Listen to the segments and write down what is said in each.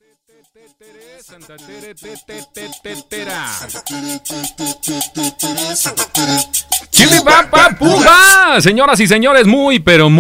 Santa Tere, tetera. ¡Puja! Señoras y señores, muy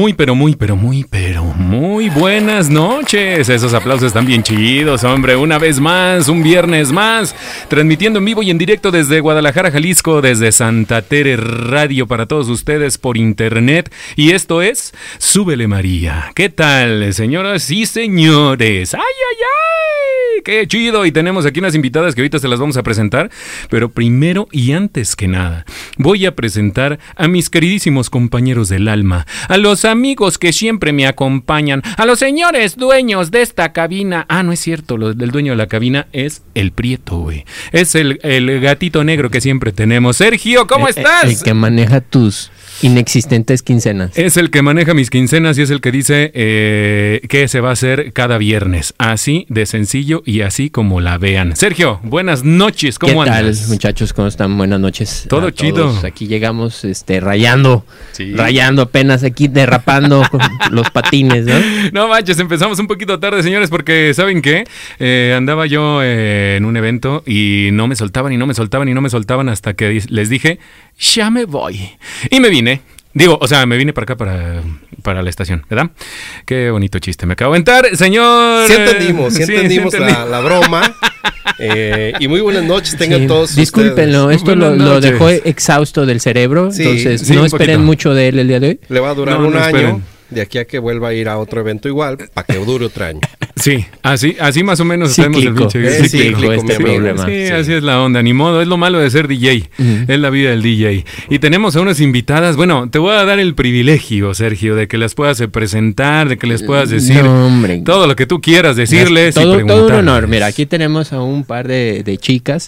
buenas noches. Esos aplausos están bien chidos, hombre. Una vez más, un viernes más, transmitiendo en vivo y en directo desde Guadalajara, Jalisco, desde Santa Tere Radio para todos ustedes por internet. Y esto es Súbele María. ¿Qué tal, señoras y señores? ¡Ay, ay, ay! ¡Qué chido! Y tenemos aquí unas invitadas que ahorita se las vamos a presentar. Pero primero y antes que nada, voy a presentar a mis queridísimos compañeros del alma, a los amigos que siempre me acompañan, a los señores dueños de esta cabina. Ah, no es cierto, el dueño de la cabina es el Prieto, güey. Es el gatito negro que siempre tenemos. Sergio, ¿cómo estás? El que maneja tus inexistentes quincenas. Es el que maneja mis quincenas y es el que dice que se va a hacer cada viernes. Así de sencillo y así como la vean. Sergio, buenas noches, ¿cómo andas? ¿Qué tal, muchachos? ¿Cómo están? Buenas noches. Todo chido. Aquí llegamos rayando apenas aquí, derrapando con los patines, ¿no? No manches, empezamos un poquito tarde, señores, porque ¿saben qué? Andaba yo en un evento y no me soltaban hasta que les dije, ya me voy. Y me vine. Me vine para acá, para la estación, ¿verdad? Qué bonito chiste me acabo de aventar, señor. Sí entendimos la broma. Y muy buenas noches tengan todos. Discúlpenlo, esto lo dejó exhausto del cerebro, entonces no esperen mucho de él el día de hoy. Le va a durar un año. De aquí a que vuelva a ir a otro evento igual, para que dure otro año. Sí, así más o menos cíclico, hacemos el pinche cíclico este problema. Sí, así es la onda, ni modo, es lo malo de ser DJ, es la vida del DJ. Y tenemos a unas invitadas, bueno, te voy a dar el privilegio, Sergio, de que las puedas presentar, de que les puedas decir todo lo que tú quieras decirles y preguntar. Todo un honor, mira, aquí tenemos a un par de chicas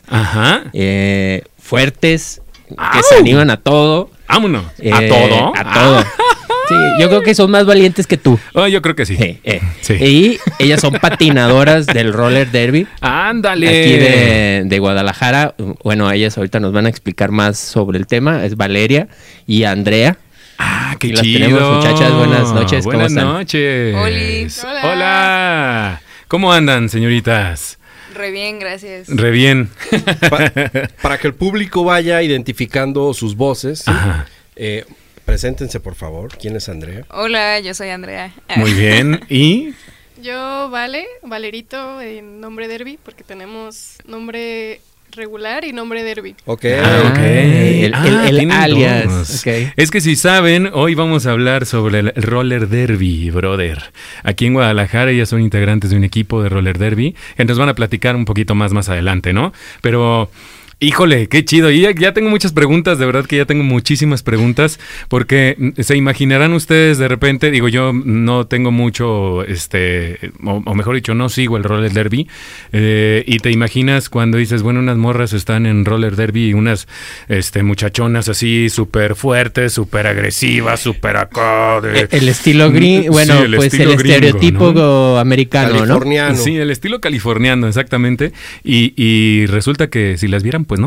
fuertes, que se animan a todo. Vámonos, ¿a todo? A todo. Sí, yo creo que son más valientes que tú. Oh, yo creo que sí. Sí. Y ellas son patinadoras del roller derby. ¡Ándale! Aquí de Guadalajara. Bueno, ellas ahorita nos van a explicar más sobre el tema. Es Valeria y Andrea. ¡Ah, qué chido! Las tenemos, muchachas. Buenas noches. ¿Cómo están? Buenas noches. Hola. ¿Cómo andan, señoritas? Re bien, gracias. Re bien. Para que el público vaya identificando sus voces. Ajá. Preséntense, por favor. ¿Quién es Andrea? Hola, yo soy Andrea. Muy bien. ¿Y? Yo, Valerito, en nombre Derby, porque tenemos nombre regular y nombre Derby. Ok. El alias. Okay. Es que si saben, hoy vamos a hablar sobre el roller derby, brother. Aquí en Guadalajara ellas son integrantes de un equipo de roller derby, que nos van a platicar un poquito más adelante, ¿no? Pero... híjole, qué chido. Y ya tengo muchas preguntas, de verdad que ya tengo muchísimas preguntas, porque se imaginarán ustedes de repente, digo, yo no tengo mucho, o mejor dicho, no sigo el roller derby, y te imaginas cuando dices, bueno, unas morras están en roller derby y unas muchachonas así súper fuertes, súper agresivas, súper acá. El estilo gringo, bueno, sí, pues el estereotipo, ¿no? Americano, californiano, ¿no? Sí, el estilo californiano, exactamente. Y resulta que si las vieran, pues no.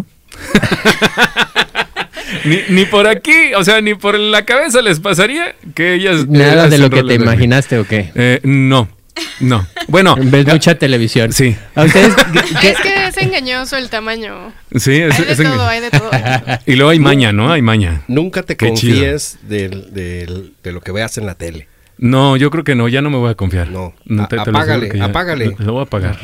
ni por aquí, o sea, ni por la cabeza les pasaría que ellas... Nada de lo que te imaginaste, ¿o qué? No. Bueno. ¿Ves mucha televisión? Sí. ¿A ustedes, es que es engañoso el tamaño. Sí, hay de todo. Y luego hay maña, ¿no? Hay maña. Nunca te confíes de lo que veas en la tele. No, yo creo que no, ya no me voy a confiar. No, apágale. Lo voy a apagar.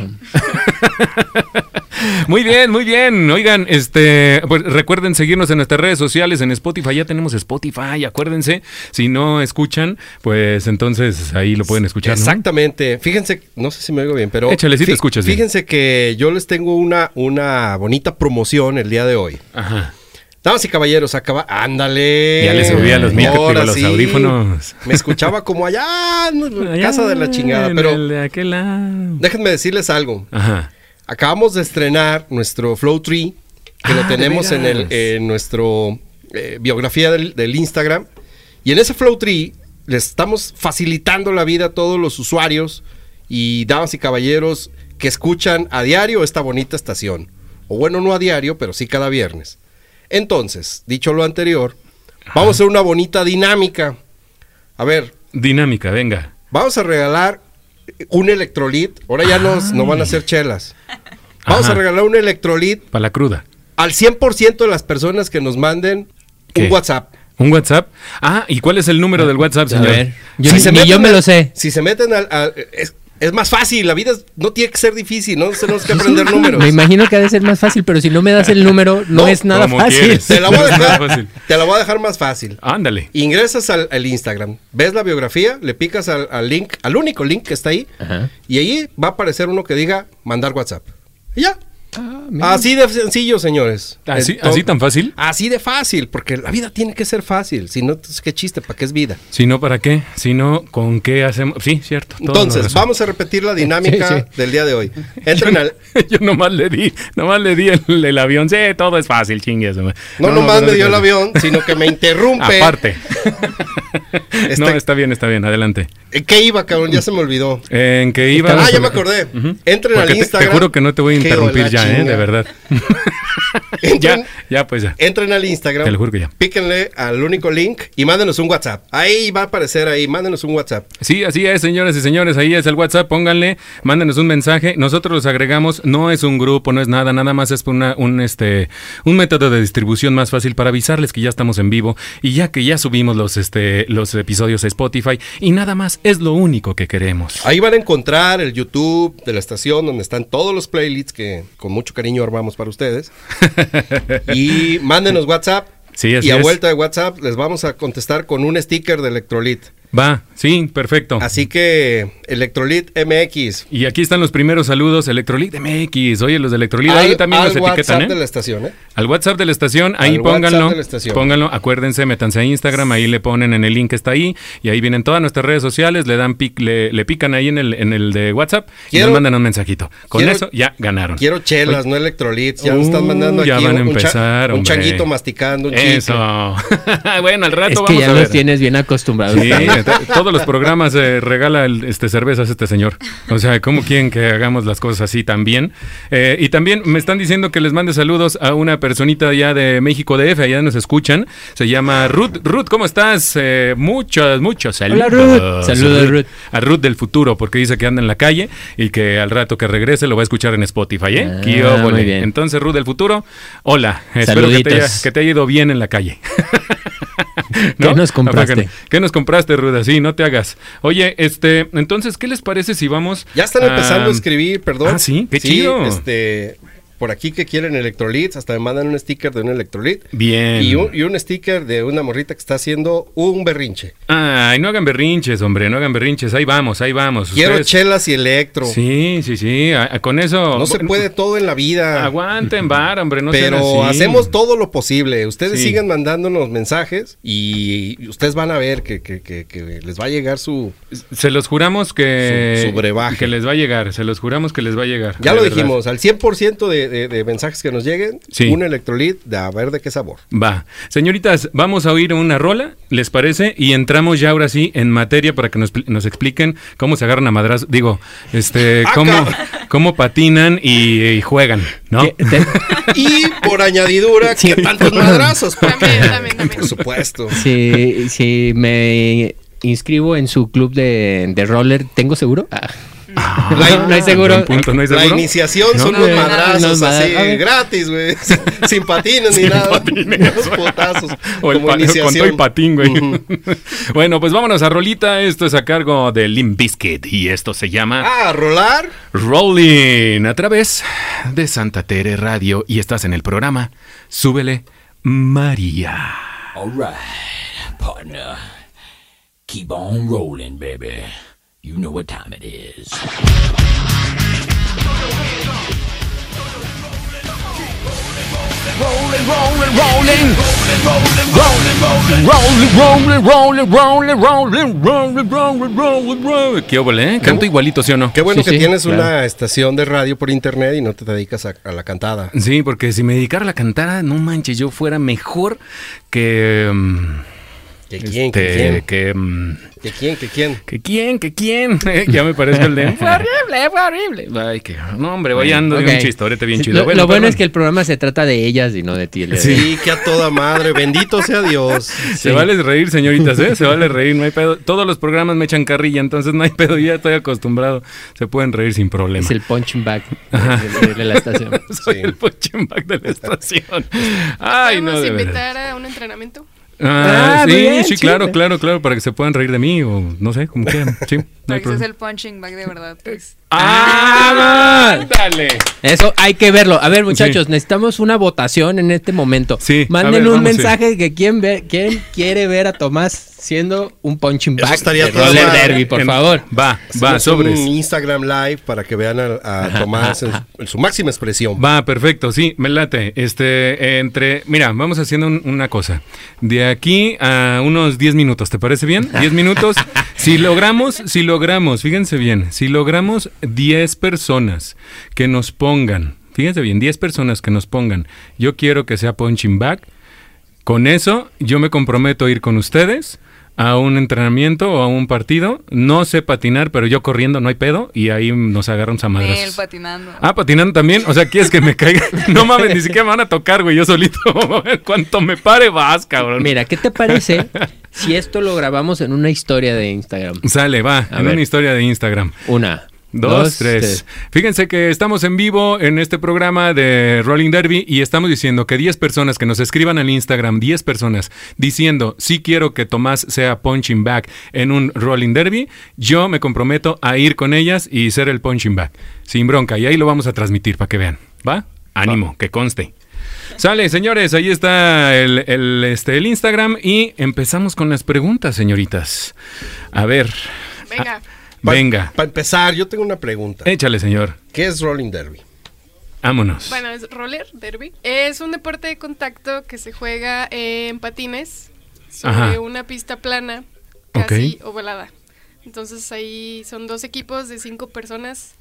Muy bien. Oigan, pues recuerden seguirnos en nuestras redes sociales, en Spotify. Ya tenemos Spotify, acuérdense. Si no escuchan, pues entonces ahí lo pueden escuchar, ¿no? Exactamente. Fíjense, no sé si me oigo bien, pero... échale, si te escuchas bien. Fíjense que yo les tengo una bonita promoción el día de hoy. Ajá. Damas y caballeros, ándale. Ya le subí a los audífonos. Me escuchaba como allá en casa de la chingada, pero de aquel lado. Déjenme decirles algo. Ajá. Acabamos de estrenar nuestro Flow Tree, que lo tenemos en nuestro biografía del Instagram. Y en ese Flow Tree les estamos facilitando la vida a todos los usuarios y damas y caballeros que escuchan a diario esta bonita estación. O bueno, no a diario, pero sí cada viernes. Entonces, dicho lo anterior, vamos a hacer una bonita dinámica. A ver. Dinámica, venga. Vamos a regalar un electrolit. Ahora ya no van a hacer chelas. Vamos Ajá. a regalar un electrolit Para la cruda. al 100% de las personas que nos manden ¿Qué? un WhatsApp. ¿Un WhatsApp? Ah, ¿y cuál es el número del WhatsApp, A señor? ver, yo, Si se ni meten yo me al- lo sé. Si se meten es más fácil, la vida no tiene que ser difícil, no tenemos que aprender números. Me imagino que ha de ser más fácil, pero si no me das el número, no, No, es nada como fácil. quieres. Te la voy a No es nada dejar, fácil. te la voy a dejar más fácil. Ándale. Ingresas al Instagram, ves la biografía, le picas al link, al único link que está ahí, Ajá. y ahí va a aparecer uno que diga mandar WhatsApp. Y ya. mira. Así de sencillo, señores. ¿Así, Entonces, así tan fácil? Así de fácil, porque la vida tiene que ser fácil. Si no, entonces, qué chiste, ¿para qué es vida? Si no, ¿para qué? Si no, ¿con qué hacemos? Sí, cierto. toda la Entonces, razón. vamos a repetir la dinámica Sí, sí. del día de hoy. Entren al... Yo nomás le di el avión. Sí, todo es fácil, chingues. No nomás pero me dio el no. avión, sino que me interrumpe. Aparte. Este- No, está bien, adelante. ¿En qué iba, cabrón? Ya se me olvidó. En que iba. Ah, ya me acordé. Ujú. Entren Porque al Instagram. Te juro que no te voy a Qué interrumpir la ya, chinga. de verdad. Entren, ya, pues ya. entren al Instagram. Te lo juro que ya. Píquenle al único link y mándenos un WhatsApp. Ahí va a aparecer ahí. Mándenos un WhatsApp. Sí, así es, señoras y señores, ahí es el WhatsApp, pónganle, mándenos un mensaje, nosotros los agregamos, no es un grupo, no es nada más es un método de distribución más fácil para avisarles que ya estamos en vivo y ya que ya subimos los episodios a Spotify y nada más, es lo único que queremos. Ahí van a encontrar el YouTube de la estación donde están todos los playlists que con mucho cariño armamos para ustedes. Y mándenos WhatsApp. Sí, así y a es. vuelta de WhatsApp les vamos a contestar con un sticker de Electrolit. Va, sí, perfecto. Así que Electrolit MX. Y aquí están los primeros saludos, Electrolit MX, oye, los de Electrolit, ahí también los WhatsApp etiquetan, de ¿eh? la estación, ¿eh? Al WhatsApp de la estación, ahí Al WhatsApp pónganlo, de la estación. pónganlo, acuérdense, métanse a Instagram, ahí le ponen en el link que está ahí, y ahí vienen todas nuestras redes sociales, le dan le pican ahí en el de WhatsApp y Quiero- nos mandan un mensajito. Con quiero- eso ya ganaron. Quiero chelas, no Electrolits. Ya nos están mandando ya aquí van a un empezar, un hombre. changuito masticando un Eso. chicle. Bueno, al rato Es que vamos ya a ver. nos tienes bien acostumbrados. Sí, todos los programas regala cervezas este señor. O sea, ¿cómo quieren que hagamos las cosas así también? Y también me están diciendo que les mande saludos a una personita allá de México DF, allá nos escuchan. Se llama Ruth. Ruth, ¿cómo estás? Muchos saludos. Hola, Ruth. Saludos, Ruth. A Ruth del futuro, porque dice que anda en la calle y que al rato que regrese lo va a escuchar en Spotify, ¿eh? Ah, ¡Qué óvole! muy bien. Entonces, Ruth del futuro, hola. Espero Saluditos. que te haya ido bien en la calle. ¿Qué nos compraste? ¿Qué nos compraste, Ruda? Sí, no te hagas. Oye, entonces, ¿qué les parece si vamos Ya están empezando a escribir, perdón. Ah, sí, qué chido. Por aquí que quieren electrolits, hasta me mandan un sticker de un electrolit. Bien. Y un sticker de una morrita que está haciendo un berrinche. Ay, no hagan berrinches, hombre, no hagan berrinches. Ahí vamos. Quiero Ustedes- chelas y electro. Sí. Con eso. No se puede todo en la vida. Aguanten, bar, hombre, no sean Pero así. hacemos todo lo posible. Ustedes Sí. sigan mandándonos mensajes y ustedes van a ver que les va a llegar su... Se los juramos que. Su brebaje. Que les va a llegar. Se los juramos que les va a llegar. Ya de lo verdad. dijimos, al 100% de mensajes que nos lleguen, Sí. un electrolit de a ver de qué sabor. Va. Señoritas, vamos a oír una rola, ¿les parece? Y entramos ya ahora sí en materia para que nos expliquen cómo se agarran a madrazos. Digo, cómo patinan y juegan, ¿no? ¿Qué? Te- Y por añadidura, Sí. que tantos madrazos. También. Por supuesto. si me inscribo en su club de roller, ¿tengo seguro? No hay seguro. Buen punto, ¿no hay La seguro? iniciación No, son no, los no, madrazos no, así, a ver. gratis, güey. Sin patines ni Sin nada. patines. Unos potazos. O el como con todo iniciación. y patín, güey. Ujú. Bueno, pues vámonos a rolita. Esto es a cargo de Limp Bizkit y esto se llama Ah, rolar. Rolling a través de Santa Tere Radio y estás en el programa Súbele María. All right, partner. Keep on rolling, baby. You know what time it is. ¿Qué óvole, eh? Canto igualito, ¿sí o no? Qué bueno Sí, que sí, tienes claro. una estación de radio por internet y no te dedicas a la cantada. Sí, porque si me dedicara a la cantada, no manches, yo fuera mejor que... ¿Que quién? ¿Que quién? Ya me parece el de... Fue horrible. Ay, que... No, hombre, voy ando de un chistorete bien chido. Lo bueno es que el programa se trata de ellas y no de ti. Sí, que a toda madre. Bendito sea Dios. Se vale reír, señoritas, ¿eh? Se vale reír, no hay pedo. Todos los programas me echan carrilla, entonces no hay pedo. Ya estoy acostumbrado. Se pueden reír sin problema. Es el punching bag de la estación. Soy el punching bag de la estación. Ay, no, de ¿Podemos verdad. invitar a un entrenamiento? Sí, bien, sí, claro, para que se puedan reír de mí o no sé, como quieran. Sí, no hay Para que seas problema. el punching bag de verdad, pues. Dale. Eso hay que verlo. A ver, muchachos, necesitamos una votación en este momento. Sí, Manden a ver, un vamos, mensaje que quién quiere ver a Tomás siendo un punching Eso bag estaría de toda roller madre. derby, por favor. Va, Hacemos sobres. un Instagram Live para que vean a Tomás en su máxima expresión. Va, perfecto, sí, me late. Mira, vamos haciendo una cosa. De aquí a unos 10 minutos, ¿te parece bien? 10 minutos. Si logramos, fíjense bien, si logramos 10 personas que nos pongan, fíjense bien, 10 personas que nos pongan, yo quiero que sea punching bag, con eso yo me comprometo a ir con ustedes a un entrenamiento o a un partido. No sé patinar, pero yo corriendo no hay pedo y ahí nos agarramos a Él madrazos. patinando. Ah, patinando también. O sea, ¿quieres que me caiga? No mames, ni siquiera me van a tocar, güey. Yo solito. Cuanto me pare, vas, cabrón. Mira, ¿qué te parece si esto lo grabamos en una historia de Instagram? Sale, va. A En ver. una historia de Instagram. 1, 2, 3. Fíjense que estamos en vivo en este programa de Rolling Derby y estamos diciendo que 10 personas que nos escriban al Instagram, 10 personas diciendo sí quiero que Tomás sea punching bag en un Rolling Derby, yo me comprometo a ir con ellas y ser el punching bag, sin bronca, y ahí lo vamos a transmitir para que vean, ¿va? Ánimo, que conste. Sale, señores, ahí está el Instagram y empezamos con las preguntas, señoritas. A ver. Venga. Venga. Para empezar, yo tengo una pregunta. Échale, señor. ¿Qué es Rolling Derby? Vámonos. Bueno, es roller derby. Es un deporte de contacto que se juega en patines sobre Ajá. una pista plana, casi ovalada. Entonces ahí son 2 equipos de 5 personas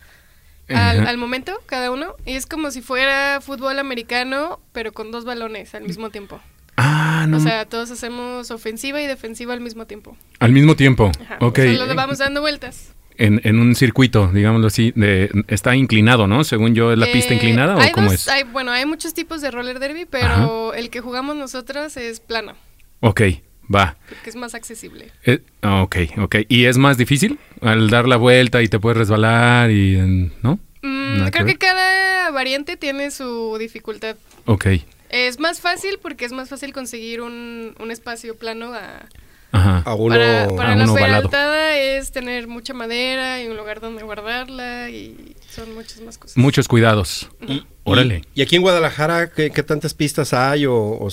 al momento, cada uno. Y es como si fuera fútbol americano, pero con 2 balones al mismo tiempo. Ah, no. O sea, todos hacemos ofensiva y defensiva al mismo tiempo. Al mismo tiempo. Ajá. Ok. Solo vamos dando vueltas. En un circuito, digámoslo así, está inclinado, ¿no? Según yo, ¿es la pista inclinada o cómo es? Hay muchos tipos de roller derby, pero el que jugamos nosotros es plano, Ok, va. porque es más accesible. Ok. ¿Y es más difícil al dar la vuelta y te puedes resbalar y no? Nada Creo que que cada variante tiene su dificultad. Ok. Es más fácil porque es más fácil conseguir un espacio plano Ajá. A uno... para a la uno ovalado. fregatada es tener mucha madera y un lugar donde guardarla y son muchas más cosas. Muchos cuidados. Órale. ¿Y aquí en Guadalajara qué tantas pistas hay o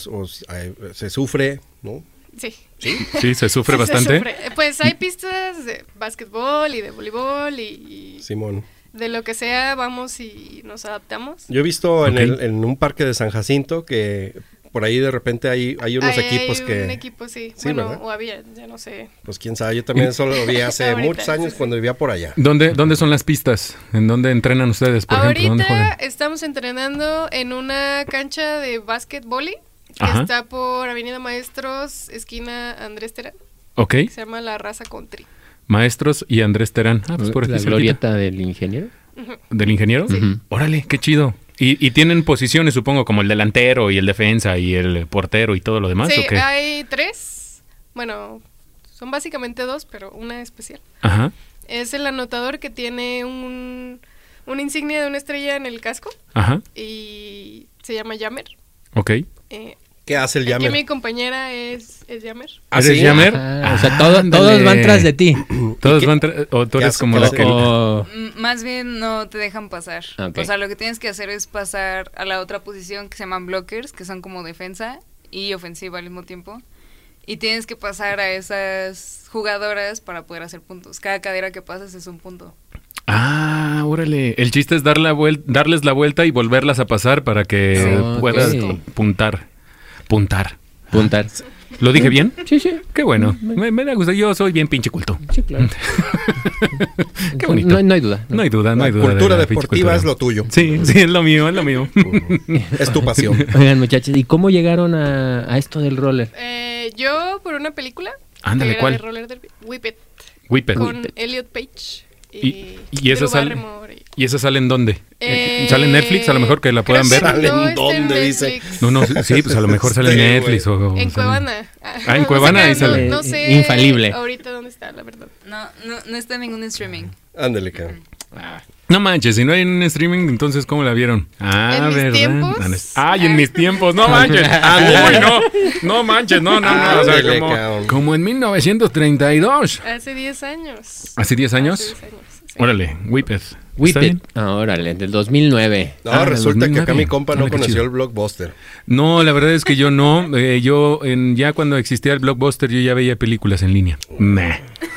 se sufre, no? Sí. Sí, se sufre Se bastante. sufre. Pues hay pistas de básquetbol y de voleibol y Simón. de lo que sea vamos y nos adaptamos. Yo he visto Ok. en un parque de San Jacinto que por ahí de repente hay unos equipos hay que... un equipo, sí. Sí, Bueno, ¿verdad? o había, ya no sé. Pues quién sabe, yo también eso lo vi hace Ahorita, muchos años sí. cuando vivía por allá. ¿Dónde son las pistas? ¿En dónde entrenan ustedes, por ejemplo? ¿Dónde Ahorita juegan? estamos entrenando en una cancha de básquetbol que Ajá. está por Avenida Maestros, esquina Andrés Terán, Ok. que se llama La Raza Country. Maestros y Andrés Terán. Ah, pues por aquí La cerquita. glorieta del ingeniero. ¿Del ingeniero? Sí. Órale, qué chido. ¿Y tienen posiciones, supongo, como el delantero y el defensa y el portero y todo lo demás? Sí, ¿o qué? hay 3. Bueno, son básicamente 2, pero una especial. Ajá. Es el anotador que tiene una insignia de una estrella en el casco Ajá. y se llama Jammer. Ok. ¿Qué hace el Aquí Jammer? mi compañera es Jammer. ¿Ah, ¿Eres sí? Jammer? O sea, Ándale. todos van tras de ti. Todos van o tú qué eres hace- como qué la hace? que... O- Más bien no te dejan pasar. Ok. O sea, lo que tienes que hacer es pasar a la otra posición que se llaman blockers, que son como defensa y ofensiva al mismo tiempo. Y tienes que pasar a esas jugadoras para poder hacer puntos. Cada cadera que pasas es un punto. Ah, órale. El chiste es darles la vuelta y volverlas a pasar para que Sí. puedas Ok. puntar. Puntar. ¿Lo dije bien? Sí, sí. Qué bueno. Me da gusto. Yo soy bien pinche culto. Sí, claro. Qué bonito. No hay duda. No hay duda, no hay La duda. cultura de la pinche deportiva cultura. es lo tuyo. Sí, sí, es lo mío, es lo mío. Es tu pasión. Oigan, muchachos, ¿y cómo llegaron a esto del roller? Yo por una película. Ándale, que era ¿cuál? de roller derby, Whip It. Whip It. Con Elliot Page. Y esa Drew sale. Barrymore ¿Y esa sale en dónde? ¿Sale en Netflix? A lo mejor que la puedan ver. ¿Sale en no, está dónde, dice? Netflix. No, sí, pues a lo mejor sale en Sí, Netflix o En sale- Cuevana. Ah, en Cuevana ahí sale. No sé Infalible. ahorita dónde está, la verdad. No está en ningún streaming. Ándale, cabrón. No manches, si no hay en streaming, entonces ¿cómo la vieron? Ah, ¿En mis ¿verdad? tiempos? Ay, en mis tiempos, no manches. Uy, no manches, no. O sea, Ándale, cabrón. como en 1932. Hace 10 años. ¿Hace 10 años? Hace 10 años, sí. Órale, Whip It. Whip ¿Está It. bien? Ah, órale, del 2009. No, Ah, resulta que 2009. acá mi compa no Órale, qué conoció chido. el Blockbuster. No, la verdad es que yo no. Ya cuando existía el Blockbuster, yo ya veía películas en línea. Nah.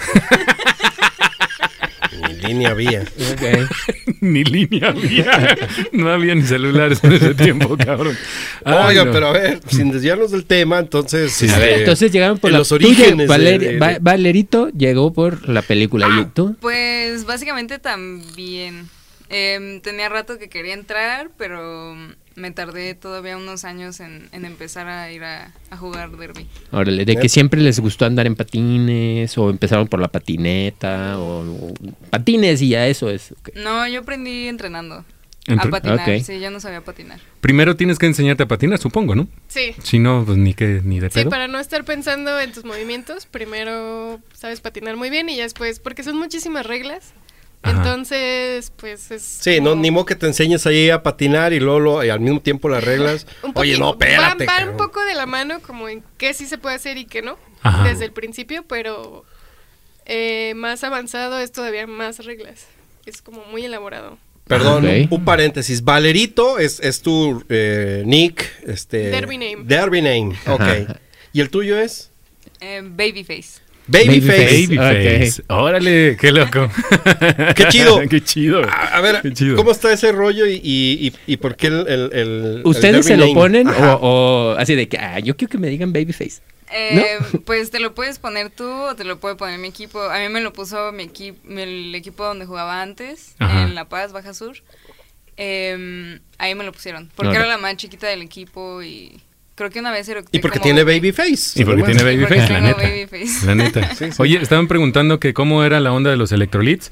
Ni línea había. Ni línea había. No había ni celulares en ese tiempo, cabrón. Ay, Oiga, no. pero a ver, sin desviarnos del tema, entonces... A ver, entonces llegaron por en la los tuya, orígenes Valerito llegó por la película. ¿Y tú? Pues básicamente también. Tenía rato que quería entrar, pero me tardé todavía unos años en empezar a ir a jugar derby. Órale, de que siempre les gustó andar en patines o empezaron por la patineta o patines y ya eso es. Ok. No, yo aprendí entrenando a Entre- patinar. ok. Sí, yo no sabía patinar. Primero tienes que enseñarte a patinar, supongo, ¿no? Sí. Si no, pues ni de Sí, pedo. para no estar pensando en tus movimientos, primero sabes patinar muy bien y ya después, porque son muchísimas reglas, Ajá. entonces pues es... Sí, no, ni modo que te enseñes ahí a patinar y luego y al mismo tiempo las reglas. Un Oye, no, poquito, espérate. va un cabrón. poco de la mano como en qué sí se puede hacer y qué no, Ajá. desde el principio, pero más avanzado es todavía más reglas, es como muy elaborado. Perdón, Ok. un paréntesis. Valerito es tu nick. Derby name. Derby name, ok. Ajá. ¿Y el tuyo es? Babyface. Babyface. Babyface. Órale, qué loco. Qué chido. Qué chido. A ver, Qué chido. ¿cómo está ese rollo y por qué el ¿Ustedes Derby se lo name? ponen Ajá. o así de que yo quiero que me digan Babyface? Pues te lo puedes poner tú o te lo puede poner mi equipo. A mí me lo puso el equipo donde jugaba antes, Ajá. en La Paz, Baja Sur. Ahí me lo pusieron, porque Ok. era la más chiquita del equipo y creo que una vez era Y porque tiene Babyface. Y porque tiene Porque Babyface, la tengo neta. Babyface. La neta. Sí, sí. Oye, estaban preguntando que cómo era la onda de los electrolits.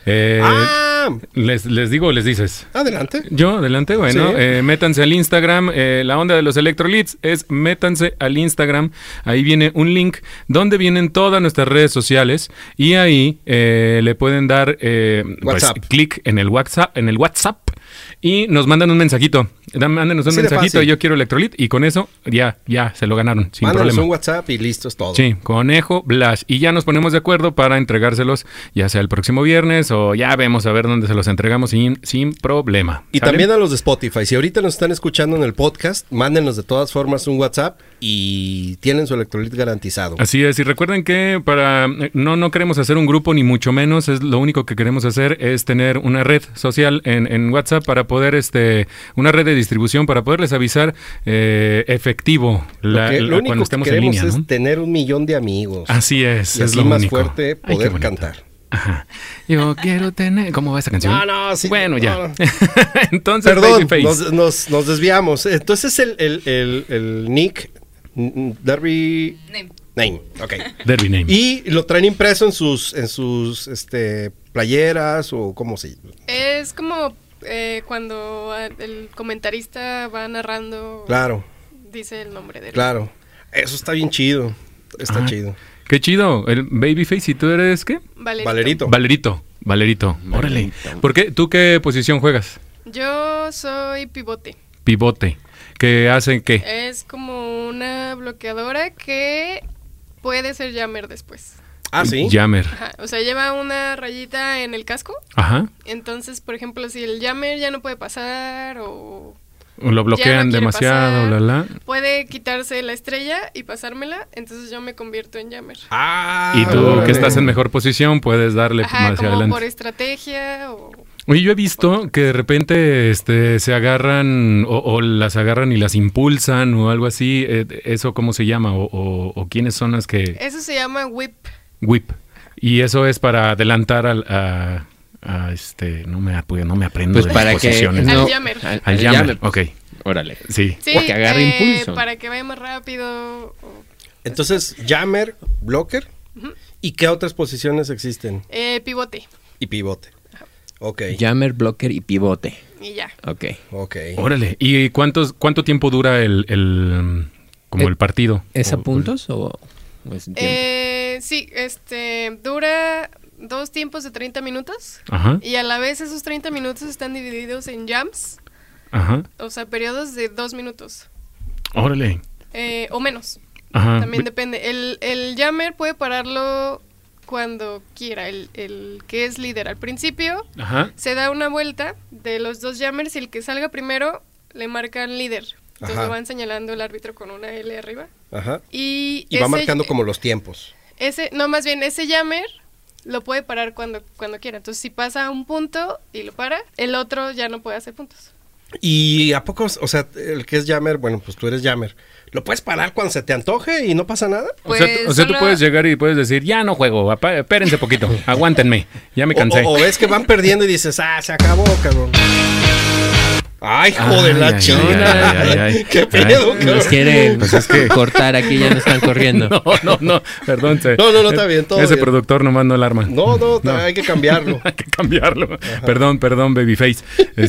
Les digo o les dices. Adelante. Yo, adelante, bueno, Sí. métanse al Instagram, la onda de los electrolits es métanse al Instagram, ahí viene un link donde vienen todas nuestras redes sociales y ahí le pueden dar pues, WhatsApp. clic en el WhatsApp y nos mandan un mensajito, mándenos un Así de mensajito, fácil. yo quiero electrolit y con eso ya se lo ganaron, sin Mándanos problema. un WhatsApp y listo es todo. Sí, Conejo Blas. Y ya nos ponemos de acuerdo para entregárselos, ya sea el próximo viernes o ya vemos a ver dónde se los entregamos sin problema. Y ¿Sale? también a los de Spotify. Si ahorita nos están escuchando en el podcast, mándenos de todas formas un WhatsApp y tienen su electrolit garantizado. Así es, y recuerden que no queremos hacer un grupo ni mucho menos, es lo único que queremos hacer es tener una red social en WhatsApp para poder, una red de distribución para poderles avisar efectivo Lo cuando único que estemos en queremos línea, ¿no? es tener 1 millón de amigos. Así es, y es así lo más único. fuerte Ay, qué poder bonito. cantar. Ajá. Yo quiero tener... ¿Cómo va esa canción? No, sí. Bueno, ya. no. Entonces, Perdón, Babyface. nos desviamos. Entonces el nick Derby Name. Ok. Derby Name. Y lo traen impreso en sus playeras o cómo se llama. Es como cuando el comentarista va narrando, Claro, dice el nombre del... claro. Eso está bien chido. Está Ah, chido. Qué chido. El Babyface, ¿y tú eres qué? Valerito. Valerito. Valerito. Órale. ¿Por qué? ¿Tú qué posición juegas? Yo soy pivote. Pivote. ¿Qué hacen qué? Es como una bloqueadora que puede ser jammer después. Ah, sí. Jammer. Ajá, o sea, lleva una rayita en el casco. Ajá. Entonces, por ejemplo, si el jammer ya no puede pasar o O lo bloquean quiere demasiado, pasar. . puede quitarse la estrella y pasármela, entonces yo me convierto en jammer. Ah, Y tú órale. que estás en mejor posición puedes darle Ajá, más hacia como adelante. por estrategia o... Oye, yo he visto que de repente se agarran o las agarran y las impulsan o algo así. ¿Eso cómo se llama? ¿O quiénes son las que...? Eso se llama whip. Whip. Y eso es para adelantar no me aprendo Pues de para las que posiciones. Al jammer. Al jammer, ok. Órale. Sí. Sí, Porque agarre impulso. para que vaya más rápido. Entonces, jammer, blocker. ¿Y qué otras posiciones existen? Pivote. Y pivote. Ok. Jammer, blocker y pivote. Y ya. Ok. Órale. ¿Y cuánto tiempo dura el partido? ¿Es a puntos o es tiempo? Sí, dura 2 tiempos de 30 minutos. Ajá. Y a la vez esos 30 minutos están divididos en jams. Ajá. O sea, periodos de 2 minutos. Órale. O menos. Ajá. También depende. El jammer puede pararlo cuando quiera. El que es líder al principio Ajá. se da una vuelta de los 2 jammers y el que salga primero le marcan líder. Entonces lo van señalando el árbitro con una L arriba. Ajá. Y va marcando como los tiempos. Ese jammer lo puede parar cuando quiera. Entonces si pasa un punto y lo para, el otro ya no puede hacer puntos. ¿Y a poco, o sea, el que es jammer, bueno, pues tú eres jammer, ¿lo puedes parar cuando se te antoje y no pasa nada? O sea, tú puedes llegar y puedes decir, ya no juego, espérense poquito, aguántenme, ya me cansé. O ves que van perdiendo y dices, se acabó, cabrón. Ay, joder, la chingada. ¿Qué pedo, cabrón? Nos quieren cortar aquí, ya nos están corriendo. No, perdón. No, está bien, todo ese bien. productor nomás no alarma. No, hay que cambiarlo. Hay que cambiarlo. Ajá. Perdón, babyface.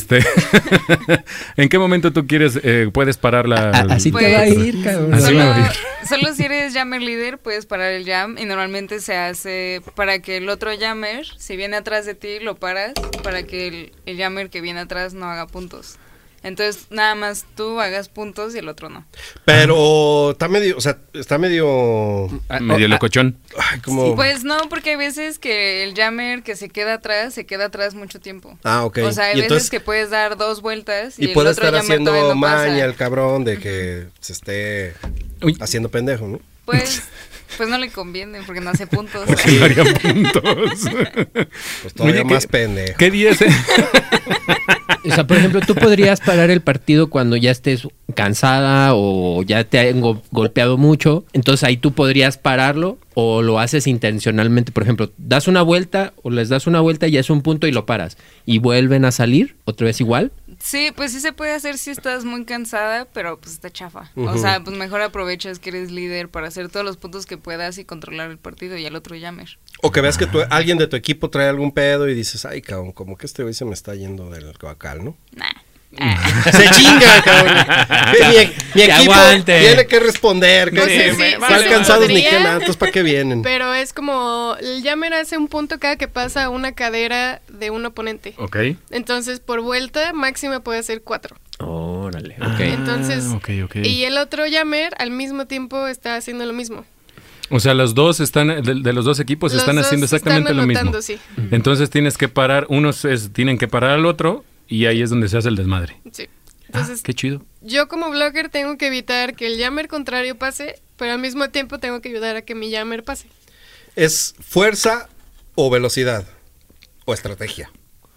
¿En qué momento tú puedes parar la...? Así te va a ir, cabrón. Solo si eres jammer líder puedes parar el jam y normalmente se hace para que el otro jammer, si viene atrás de ti, lo paras para que el jammer que viene atrás no haga puntos. Entonces, nada más tú hagas puntos y el otro no. Pero está medio medio locochón. Ay, como... Pues no, porque hay veces que el jammer que se queda atrás mucho tiempo. Ok. O sea, hay veces que puedes dar 2 vueltas y el puede otro estar jammer haciendo todavía no maña pasa. el cabrón de que se esté haciendo pendejo, ¿no? Pues no le conviene porque no hace puntos. Porque no haría puntos. Pues todavía más pendejo. ¿Qué día es? O sea, por ejemplo, tú podrías parar el partido cuando ya estés cansada o ya te han golpeado mucho. Entonces ahí tú podrías pararlo o lo haces intencionalmente. Por ejemplo, das una vuelta o les das una vuelta y ya es un punto y lo paras. Y vuelven a salir otra vez igual. Sí, pues sí se puede hacer si estás muy cansada, pero pues está chafa. O sea, pues mejor aprovechas que eres líder para hacer todos los puntos que puedas y controlar el partido y al otro jammer. O que veas que alguien de tu equipo trae algún pedo y dices, ay, cabrón, como que este güey se me está yendo del coacal, ¿no? Nah. Se chinga, cabrón. Mi equipo aguante. tiene que responder. Que están cansados ni que nada, entonces ¿para qué vienen? Pero es como, el jammer hace un punto cada que pasa una cadera de un oponente. Ok. Entonces, por vuelta, máxima puede ser 4. Órale, ok. Entonces, ok. y el otro jammer al mismo tiempo está haciendo lo mismo. O sea, los dos están, de los dos equipos Los están dos haciendo exactamente están lo mismo. anotando, sí. Entonces tienes que parar, tienen que parar al otro y ahí es donde se hace el desmadre. Sí. Entonces, Qué chido. yo como blocker tengo que evitar que el jammer contrario pase, pero al mismo tiempo tengo que ayudar a que mi jammer pase. ¿Es fuerza o velocidad? ¿O estrategia?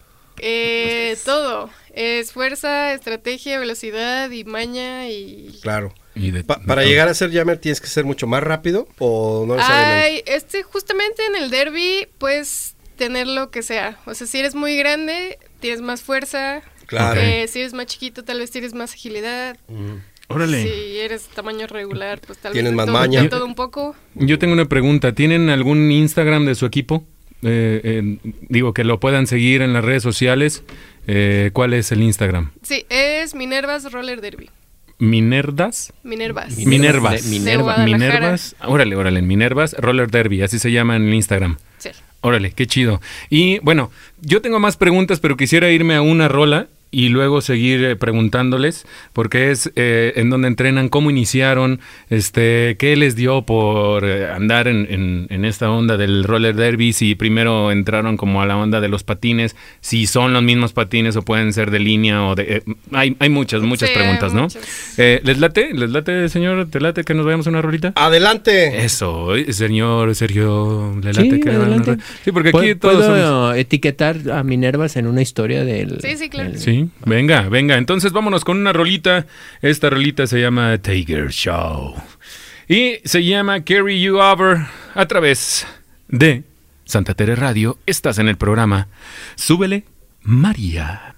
Todo. Es fuerza, estrategia, velocidad y maña y... Claro. Y Para llegar a ser jammer tienes que ser mucho más rápido o no necesariamente. Ay, justamente en el derby puedes tener lo que sea. O sea, si eres muy grande, tienes más fuerza. Claro. Si eres más chiquito, tal vez tienes más agilidad. Órale. Si eres tamaño regular, pues tal Tienes vez más todo, maña. todo un poco. Yo tengo una pregunta. ¿Tienen algún Instagram de su equipo? Digo, que lo puedan seguir en las redes sociales. ¿Cuál es el Instagram? Sí, es Minervas Roller Derby. ¿Minervas? Minervas. Minervas. Órale, Minervas Roller Derby, así se llama en el Instagram. Sí. Órale, qué chido. Y bueno, yo tengo más preguntas, pero quisiera irme a una rola y luego seguir preguntándoles, porque es en donde entrenan, cómo iniciaron, qué les dio por andar en esta onda del roller derby, si primero entraron como a la onda de los patines, si son los mismos patines o pueden ser de línea o de... hay muchas preguntas, ¿no? ¿Les late, señor? ¿Te late que nos vayamos a una rolita? ¡Adelante! Eso, señor Sergio, ¿le late que adelante. Sí, porque aquí todos ¿Puedo etiquetar a Minervas en una historia del... Sí, claro. Sí, venga. Entonces vámonos con una rolita. Esta rolita se llama Tiger Show. Y se llama Carry You Over a través de Santa Tere Radio. Estás en el programa Súbele María.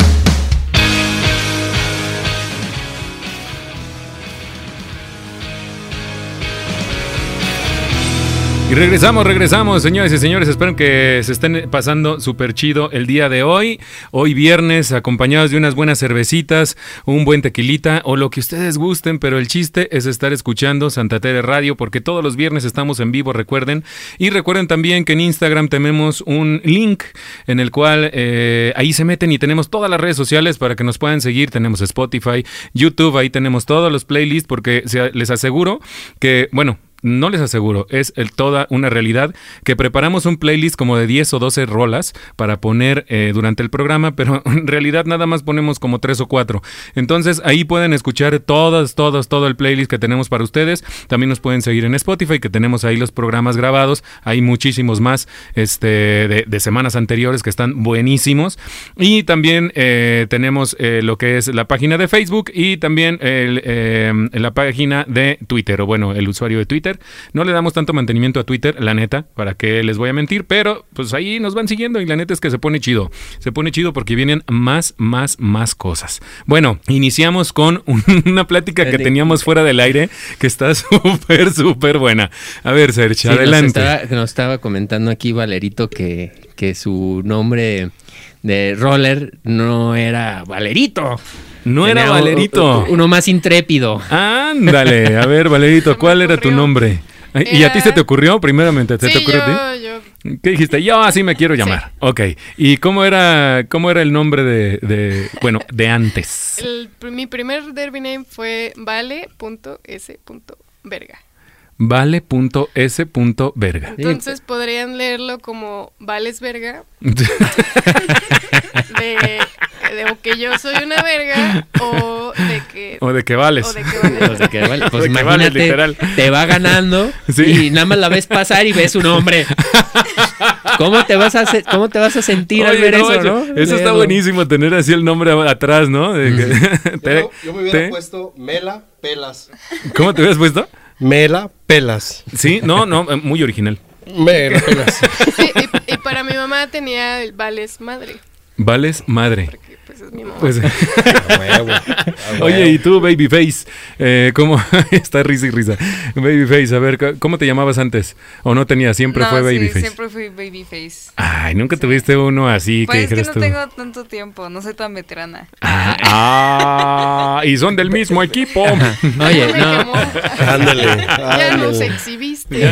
Y regresamos, señores y señores. Espero que se estén pasando súper chido el día de hoy. Hoy viernes, acompañados de unas buenas cervecitas, un buen tequilita o lo que ustedes gusten. Pero el chiste es estar escuchando Santa Tere Radio, porque todos los viernes estamos en vivo, recuerden. Y recuerden también que en Instagram tenemos un link en el cual ahí se meten y tenemos todas las redes sociales para que nos puedan seguir. Tenemos Spotify, YouTube, ahí tenemos todos los playlists, porque les aseguro que, bueno... No les aseguro, es toda una realidad que preparamos un playlist como de 10 o 12 rolas para poner durante el programa, pero en realidad nada más ponemos como 3 o 4. Entonces ahí pueden escuchar todo el playlist que tenemos para ustedes. También nos pueden seguir en Spotify, que tenemos ahí los programas grabados. Hay muchísimos más de semanas anteriores que están buenísimos. Y también tenemos lo que es la página de Facebook y también la página de Twitter, o bueno, el usuario de Twitter. No le damos tanto mantenimiento a Twitter, la neta, para que les voy a mentir, pero pues ahí nos van siguiendo y la neta es que se pone chido. Se pone chido porque vienen más cosas. Bueno, iniciamos con una plática que teníamos fuera del aire que está súper buena. A ver, Sergio, adelante. Nos estaba comentando aquí Valerito que su nombre de roller no era Valerito. No era Valerito. Uno más intrépido. Ándale. A ver, Valerito, ¿cuál era tu nombre? ¿Y a ti se te ocurrió primeramente? ¿Se te ocurrió a ti? Yo. ¿Qué dijiste? Yo así me quiero llamar. Sí. Ok. ¿Y cómo era el nombre de antes? Mi primer derby name fue vale.s.verga. Vale.s.verga. Entonces podrían leerlo como Vales Verga. O que yo soy una verga, o de que vales. O de que vales. Pues imagínate, literal. Te va ganando y nada más la ves pasar y ves un hombre. ¿Cómo te vas a sentir al ver eso, no? Eso está buenísimo, tener así el nombre atrás, ¿no? Yo me hubiera puesto Mela Pelas. ¿Cómo te hubieras puesto? Mela Pelas. Sí, no, muy original. Mela Pelas. Sí, y para mi mamá tenía el Vales Madre. Vales Madre. Porque pues es mi mamá. Pues, oye, ¿y tú, Babyface? ¿Cómo? Está risa y risa. Babyface, a ver, ¿cómo te llamabas antes? ¿O no tenías? ¿Siempre fue Babyface? Sí, siempre fui Babyface. Ay, ¿nunca tuviste uno así pues que es que no tengo tanto tiempo, no soy tan veterana. Y son del mismo equipo. Oye, no. Ándale. Ya nos exhibiste.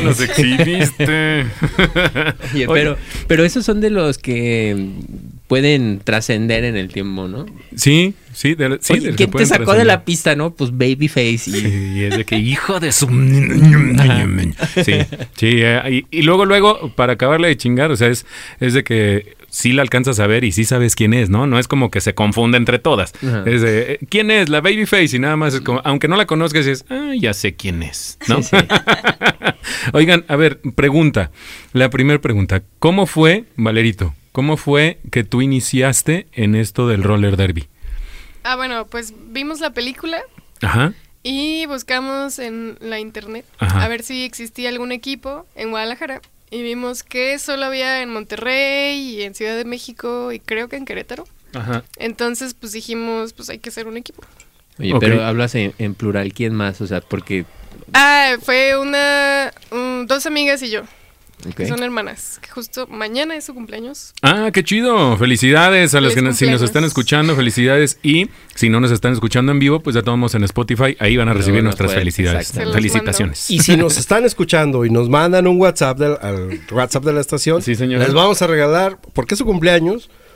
Oye, pero esos son de los que pueden trascender en el tiempo, ¿no? Sí. Oye, ¿quién te sacó de la pista, no? Pues Babyface. Sí, es de que hijo de su... Sí. Y luego, para acabarle de chingar, o sea, es de que sí la alcanzas a ver y sí sabes quién es, ¿no? No es como que se confunda entre todas. Ajá. Es de, ¿quién es? La Babyface. Y nada más es como, aunque no la conozcas, es, ya sé quién es, ¿no? Sí. Oigan, a ver, la primera pregunta. ¿Cómo fue, Valerito? ¿Cómo fue que tú iniciaste en esto del roller derby? Bueno, pues vimos la película. Ajá. Y buscamos en la internet a ver si existía algún equipo en Guadalajara. Y vimos que solo había en Monterrey y en Ciudad de México y creo que en Querétaro. Ajá. Entonces, pues dijimos, pues hay que hacer un equipo. Oye, pero hablas en plural. ¿Quién más? O sea, porque... fue dos amigas y yo. Okay. Son hermanas, que justo mañana es su cumpleaños. ¡Qué chido! Felicidades a los que si nos están escuchando, felicidades. Y si no nos están escuchando en vivo, pues ya tomamos en Spotify, ahí van a recibir nuestras felicidades. Felicitaciones. Y si nos están escuchando y nos mandan un WhatsApp al WhatsApp de la estación, sí, señora, les vamos a regalar, porque es su cumpleaños,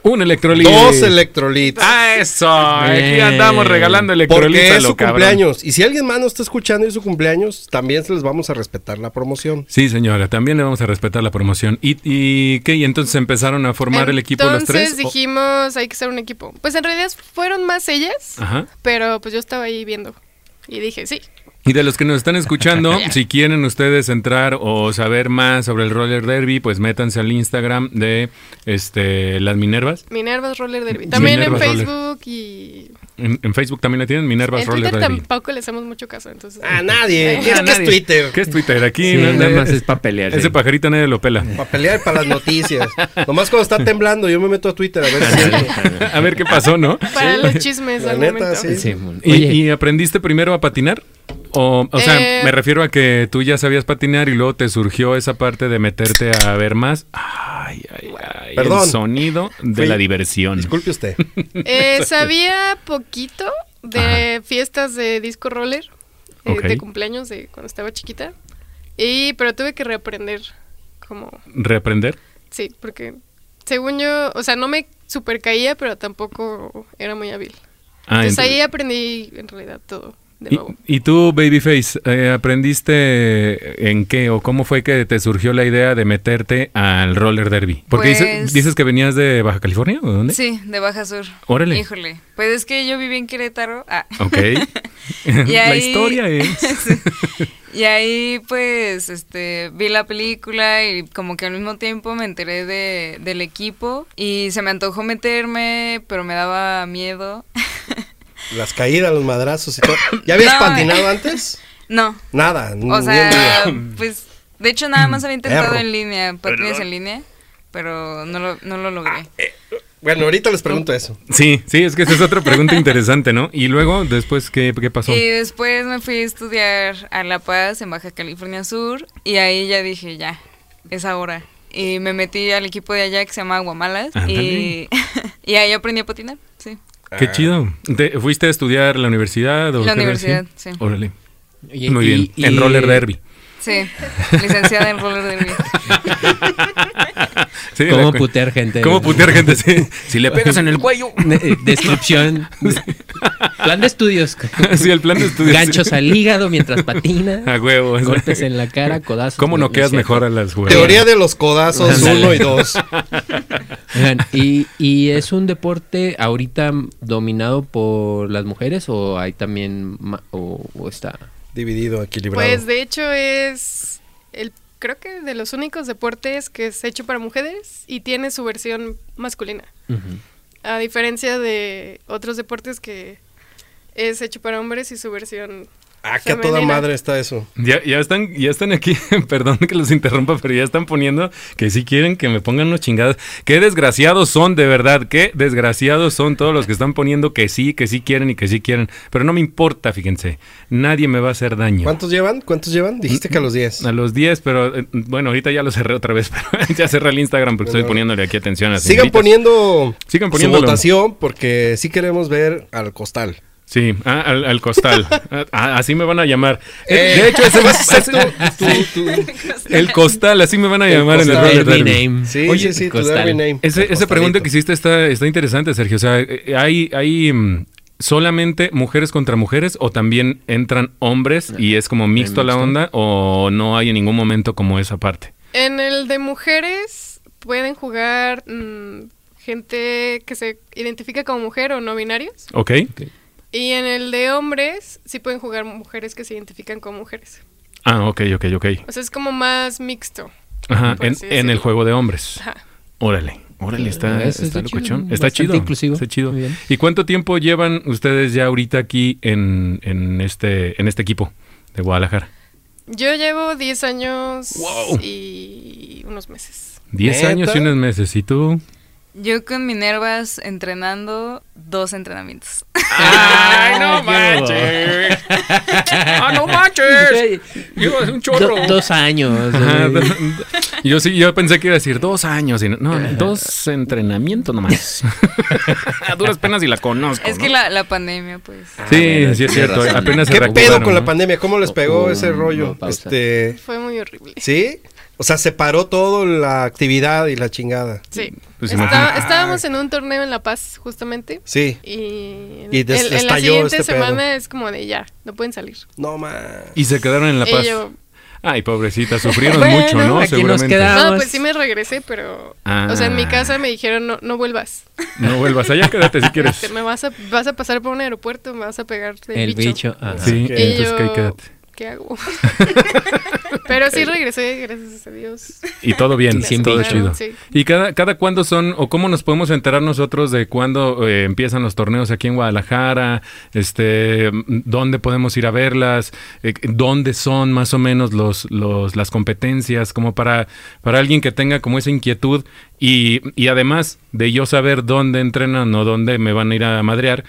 Un electrolit. 2 electrolits. ¡Ah, eso! Aquí andamos regalando electrolits. Porque a es lo su cabrón. cumpleaños. Y si alguien más no está escuchando y es su cumpleaños, también se les vamos a respetar la promoción. Sí, señora, también le vamos a respetar la promoción. ¿Y qué? ¿Y entonces empezaron a formar el equipo los tres? Entonces dijimos, hay que ser un equipo. Pues en realidad fueron más ellas, Ajá. pero pues yo estaba ahí viendo. Y dije, sí. Y de los que nos están escuchando, si quieren ustedes entrar o saber más sobre el roller derby, pues métanse al Instagram de las Minervas. Minervas Roller Derby. También Minervas en Roller. Facebook y... En Facebook también la tienen, Minervas En Roller Twitter Derby. tampoco le hacemos mucho caso, entonces... A nadie. ¿Qué A es nadie. Twitter? ¿Qué es Twitter? Aquí Sí, no- nada más es para pelear. ese pajarito nadie lo pela. Para pelear para las noticias. Nomás cuando está temblando, yo me meto a Twitter a ver si... A ver qué pasó, ¿no? Para los chismes La al neta, momento. sí. Sí, bueno. ¿Y, Oye, y aprendiste primero a patinar? O sea, me refiero a que tú ya sabías patinar y luego te surgió esa parte de meterte a ver más. Ay, Perdón. el sonido de Fui- la diversión. Disculpe usted. Sabía poquito de fiestas de disco roller, Ok. de cumpleaños de cuando estaba chiquita. Pero tuve que reaprender como... ¿Reaprender? Sí, porque según yo, o sea, no me super caía, pero tampoco era muy hábil. Ah, Entonces ent- ahí aprendí en realidad todo de nuevo. ¿Y tú, Babyface, aprendiste en qué o cómo fue que te surgió la idea de meterte al roller derby? Porque Pues- dices que venías de Baja California o de dónde? Sí, de Baja Sur. Órale. Híjole. Pues es que yo viví en Querétaro. Ok. Y La ahí- historia es... Y ahí pues vi la película y como que al mismo tiempo me enteré del equipo y se me antojó meterme, pero me daba miedo. Las caídas, los madrazos y todo. ¿Ya habías No. patinado antes? No, Nada. o sea, pues de hecho nada más había intentado Perro. en línea, patines en línea, pero no lo logré. Bueno, ahorita les pregunto eso. Sí, es que esa es otra pregunta interesante, ¿no? Y luego, después, ¿qué pasó? Y después me fui a estudiar a La Paz, en Baja California Sur, y ahí ya dije, ya, es ahora. Y me metí al equipo de allá que se llama Guamalas, y, y ahí aprendí a patinar, sí. Qué chido. ¿Fuiste a estudiar la universidad? O La qué? universidad, sí. Órale. oye, Muy bien. En roller derby. Sí, licenciada en roller derby. Sí, ¿cómo la- putear gente? ¿Cómo putear gente? Sí. Si le pegas en el cuello. Descripción. Plan de estudios. Sí, el plan de estudios. Ganchos al hígado mientras patina. A huevo. Golpes en la cara, codazos. ¿Cómo no quedas es cierto. mejor a las jugadoras? Teoría de los codazos Ándale. 1 y 2. Oigan, ¿y es un deporte ahorita dominado por las mujeres o hay también o está? Dividido, equilibrado. Pues de hecho es creo que de los únicos deportes que es hecho para mujeres y tiene su versión masculina. Ujú. A diferencia de otros deportes que es hecho para hombres y su versión Que a toda femenina. madre está eso. Ya están aquí, perdón que los interrumpa, pero ya están poniendo que si quieren que me pongan unos chingados. Qué desgraciados son, de verdad, qué desgraciados son todos los que están poniendo que sí quieren y que sí quieren. Pero no me importa, fíjense, nadie me va a hacer daño. ¿Cuántos llevan? Dijiste que a los 10. A los 10, pero bueno, ahorita ya lo cerré otra vez, pero ya cerré el Instagram porque estoy poniéndole aquí atención a las Sigan señoritas. poniendo Sigan su poniéndolo. votación porque sí queremos ver al costal. Sí, al costal. Así me van a llamar. De hecho, vas a ser el costal, así me van a El llamar en el costal. roller Derby derby. name. Sí, Oye, sí, tu costal. derby name. Esa Costalito. pregunta que hiciste está interesante, Sergio. O sea, ¿hay solamente mujeres contra mujeres o también entran hombres y es como mixto la mixto. onda o no hay en ningún momento como esa parte? En el de mujeres pueden jugar gente que se identifica como mujer o no binarios. ¿Ok? Y en el de hombres sí pueden jugar mujeres que se identifican como mujeres. Ah, ok. O sea, es como más mixto. Ajá, Por así en el decirlo. juego de hombres. Ajá. Órale, está Eso está locochón. chido, Está bastante chido. inclusivo. Está chido. Muy bien. ¿Y cuánto tiempo llevan ustedes ya ahorita aquí en este equipo de Guadalajara? Yo llevo 10 años Wow. y unos meses. 10 ¿Neta? años y unos meses. ¿Y tú? Yo con Minervas entrenando 2 entrenamientos. ¡Ay, no manches! ¡Ah, no manches! Llevas un chorro. 2 años. Ajá, yo pensé que iba a decir 2 años. Y no, 2 entrenamientos nomás. A duras penas y la conozco. Es que ¿no? la pandemia, pues. Sí, sí es cierto. Apenas se ¿Qué reactivaron, pedo con la ¿no? pandemia? ¿Cómo les pegó Oh, ese rollo? pausa. Fue muy horrible. ¿Sí? O sea, se paró todo la actividad y la chingada. Sí. Pues Estábamos en un torneo en La Paz, justamente. Sí. Y Y en la estalló siguiente este pedo. semana es como de ya, no pueden salir. No, man. Y se quedaron en La Paz. Y yo, Ay, pobrecita, sufrieron Bueno, mucho, ¿no? aquí nos Seguramente. quedamos. no, pues sí me regresé, pero... Ah. O sea, en mi casa me dijeron, no vuelvas. No vuelvas allá, quédate si quieres. Me vas a pasar por un aeropuerto, me vas a pegar El bicho. Ajá. Sí, que- entonces Y que ahí yo, quédate. ¿qué hago? Pero sí regresé, gracias a Dios. Y todo bien, Sin todo bicho. chido. Sí. ¿Y cada cuándo son, o cómo nos podemos enterar nosotros de cuándo empiezan los torneos aquí en Guadalajara? ¿Dónde podemos ir a verlas? ¿Dónde son más o menos las competencias? Como para alguien que tenga como esa inquietud y además de yo saber dónde entrenan o dónde me van a ir a madrear,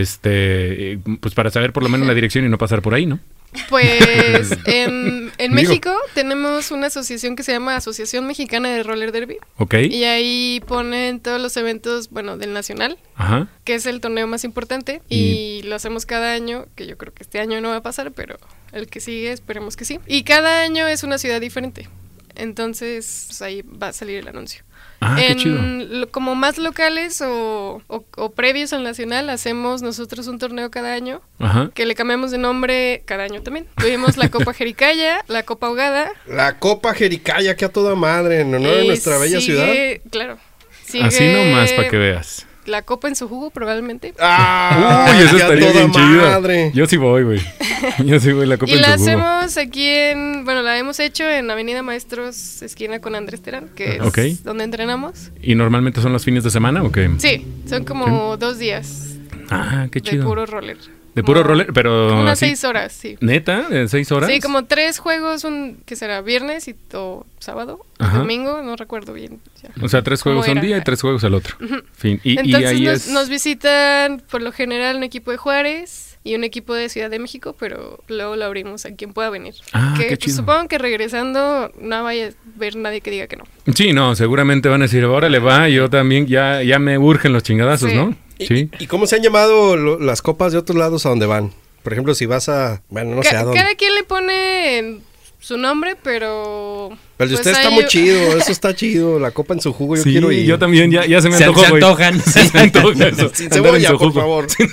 pues para saber por lo menos la dirección y no pasar por ahí, ¿no? Pues en Digo. México tenemos una asociación que se llama Asociación Mexicana de Roller Derby. ¿Ok? Y ahí ponen todos los eventos, bueno, del Nacional, Ajá. que es el torneo más importante. Y lo hacemos cada año, que yo creo que este año no va a pasar, pero el que sigue esperemos que sí. Y cada año es una ciudad diferente. Entonces, pues ahí va a salir el anuncio. Ah, qué chido. Como más locales o previos al Nacional, hacemos nosotros un torneo cada año, Ajá. que le cambiamos de nombre cada año también. Tuvimos la Copa Jericaya, la Copa Ahogada. La Copa Jericaya, que a toda madre, en honor a y nuestra bella ciudad. Claro. Así nomás para que veas. La Copa en su jugo, probablemente. ¡Ah! Uy, eso que a estaría toda bien chido. madre. Yo sí voy, güey. Yo sí voy la copa Y en la su jugo. hacemos aquí la hemos hecho en Avenida Maestros, esquina con Andrés Terán, que Ok. es donde entrenamos. ¿Y normalmente son los fines de semana o qué? Sí, son como 2 días Ah, qué de chido. puro roller. De puro Como roller, pero Unas así. 6 horas, sí. ¿Neta? ¿De 6 horas? Sí, como 3 juegos, que será viernes o sábado, Ajá. domingo, no recuerdo bien. Ya. O sea, 3 ¿Cómo juegos un era? día y 3 juegos al otro. Fin. Y Entonces ahí es... nos visitan por lo general un equipo de Juárez y un equipo de Ciudad de México, pero luego lo abrimos a quien pueda venir. Ah, que, qué pues, chido. supongo que regresando no vaya a ver nadie que diga que no. Sí, no, seguramente van a decir, órale, va, yo también, ya me urgen los chingadazos, Sí. ¿no? Sí. ¿Y cómo se han llamado las copas de otros lados a donde van? Por ejemplo, si vas a... Bueno, no sé a dónde. Cada quien le pone su nombre, pero... Pero de pues usted está hay- muy chido, eso está chido. La copa en su jugo, yo Sí, quiero ir. yo también, ya se me Se antojó, güey. antojan. Se me antoja eso. Sin andar en cebolla, su por jugo. favor. Sí,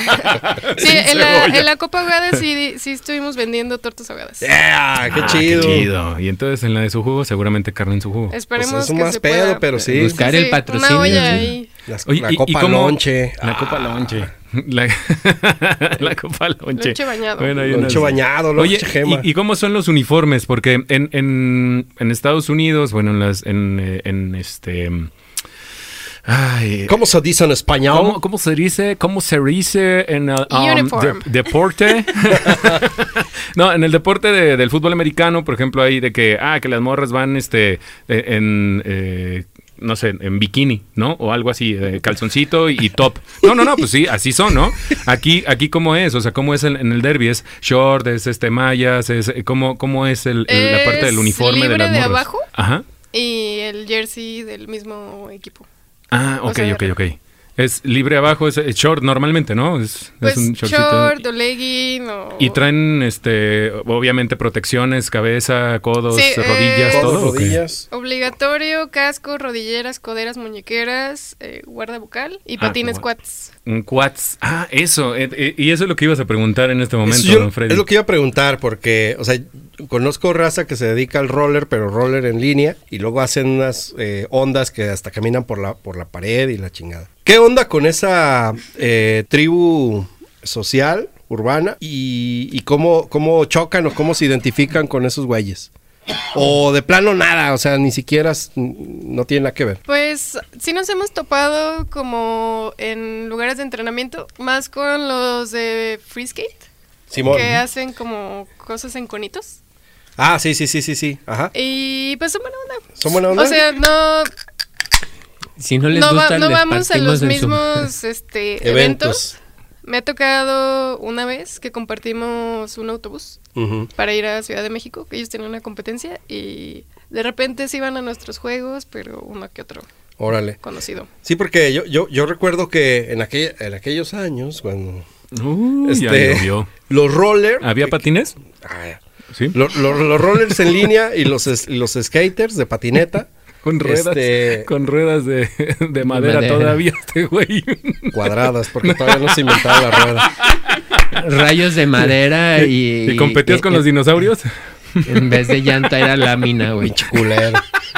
Sin en cebolla. la Copa Ahogada sí estuvimos vendiendo tortas ahogadas. ¡Yeah! ¡Qué Ah, chido! Qué chido. Y entonces en la de su jugo, seguramente carne en su jugo. Esperemos Pues es un que más se pedo, pueda. pero sí. Buscar el patrocinio, Una olla sí. ahí. Oye, La ¿y copa cómo- lonche. La copa lonche. La, la copa lonche. Lonche bañado. Bueno, hay Lonche unas- bañado, Oye, lonche gema. ¿y cómo son los uniformes? Porque en Estados Unidos, bueno, ay, ¿Cómo se dice en español? ¿Cómo se dice? ¿Cómo se dice en el Uniform. deporte? No, en el deporte del fútbol americano, por ejemplo, hay de que las morras van no sé, en bikini, ¿no? O algo así, calzoncito y top. No, pues sí, así son, ¿no? Aquí ¿cómo es? O sea, ¿cómo es en el derby? ¿Es short, es mallas? ¿Cómo es la parte del uniforme de libre las de morras? abajo. Ajá. Y el jersey del mismo equipo. Ah, O ok. sea, Es libre abajo, es short normalmente, ¿no? Es Pues un shortcito. short o legging o... Y traen, obviamente, protecciones, cabeza, codos, Sí, rodillas, Codos, todo. ¿o qué? rodillas. Obligatorio, casco, rodilleras, coderas, muñequeras, guarda bucal y patines como- quads. Un quads. Ah, eso. Y eso es lo que ibas a preguntar en este momento, Eso yo- don Freddy. es lo que iba a preguntar, porque, o sea, conozco raza que se dedica al roller, pero roller en línea, y luego hacen unas ondas que hasta caminan por la pared y la chingada. ¿Qué onda con esa tribu social, urbana, y cómo chocan o cómo se identifican con esos güeyes? O de plano nada, o sea, ni siquiera no tiene nada que ver. Pues sí nos hemos topado como en lugares de entrenamiento, más con los de free skate, Simón. que hacen como cosas en conitos. Ah, sí, ajá. Y pues son buena onda. ¿Son buena onda? O sea, no, Si no les no, gusta, no les vamos a partimos los en su- mismos eventos. Me ha tocado una vez que compartimos un autobús Ujú. para ir a Ciudad de México, que ellos tenían una competencia y de repente se iban a nuestros juegos, pero uno que otro Órale. conocido. Sí, porque yo recuerdo que en aquellos años, cuando Ya llovió. los roller... ¿Había patines? Ah, ¿Sí? Los rollers en línea y los skaters de patineta. Con ruedas de madera todavía, güey. Cuadradas, porque todavía no se inventaba la rueda. Rayos de madera y... ¿Y competías con los dinosaurios? En vez de llanta era lámina, güey. Culero.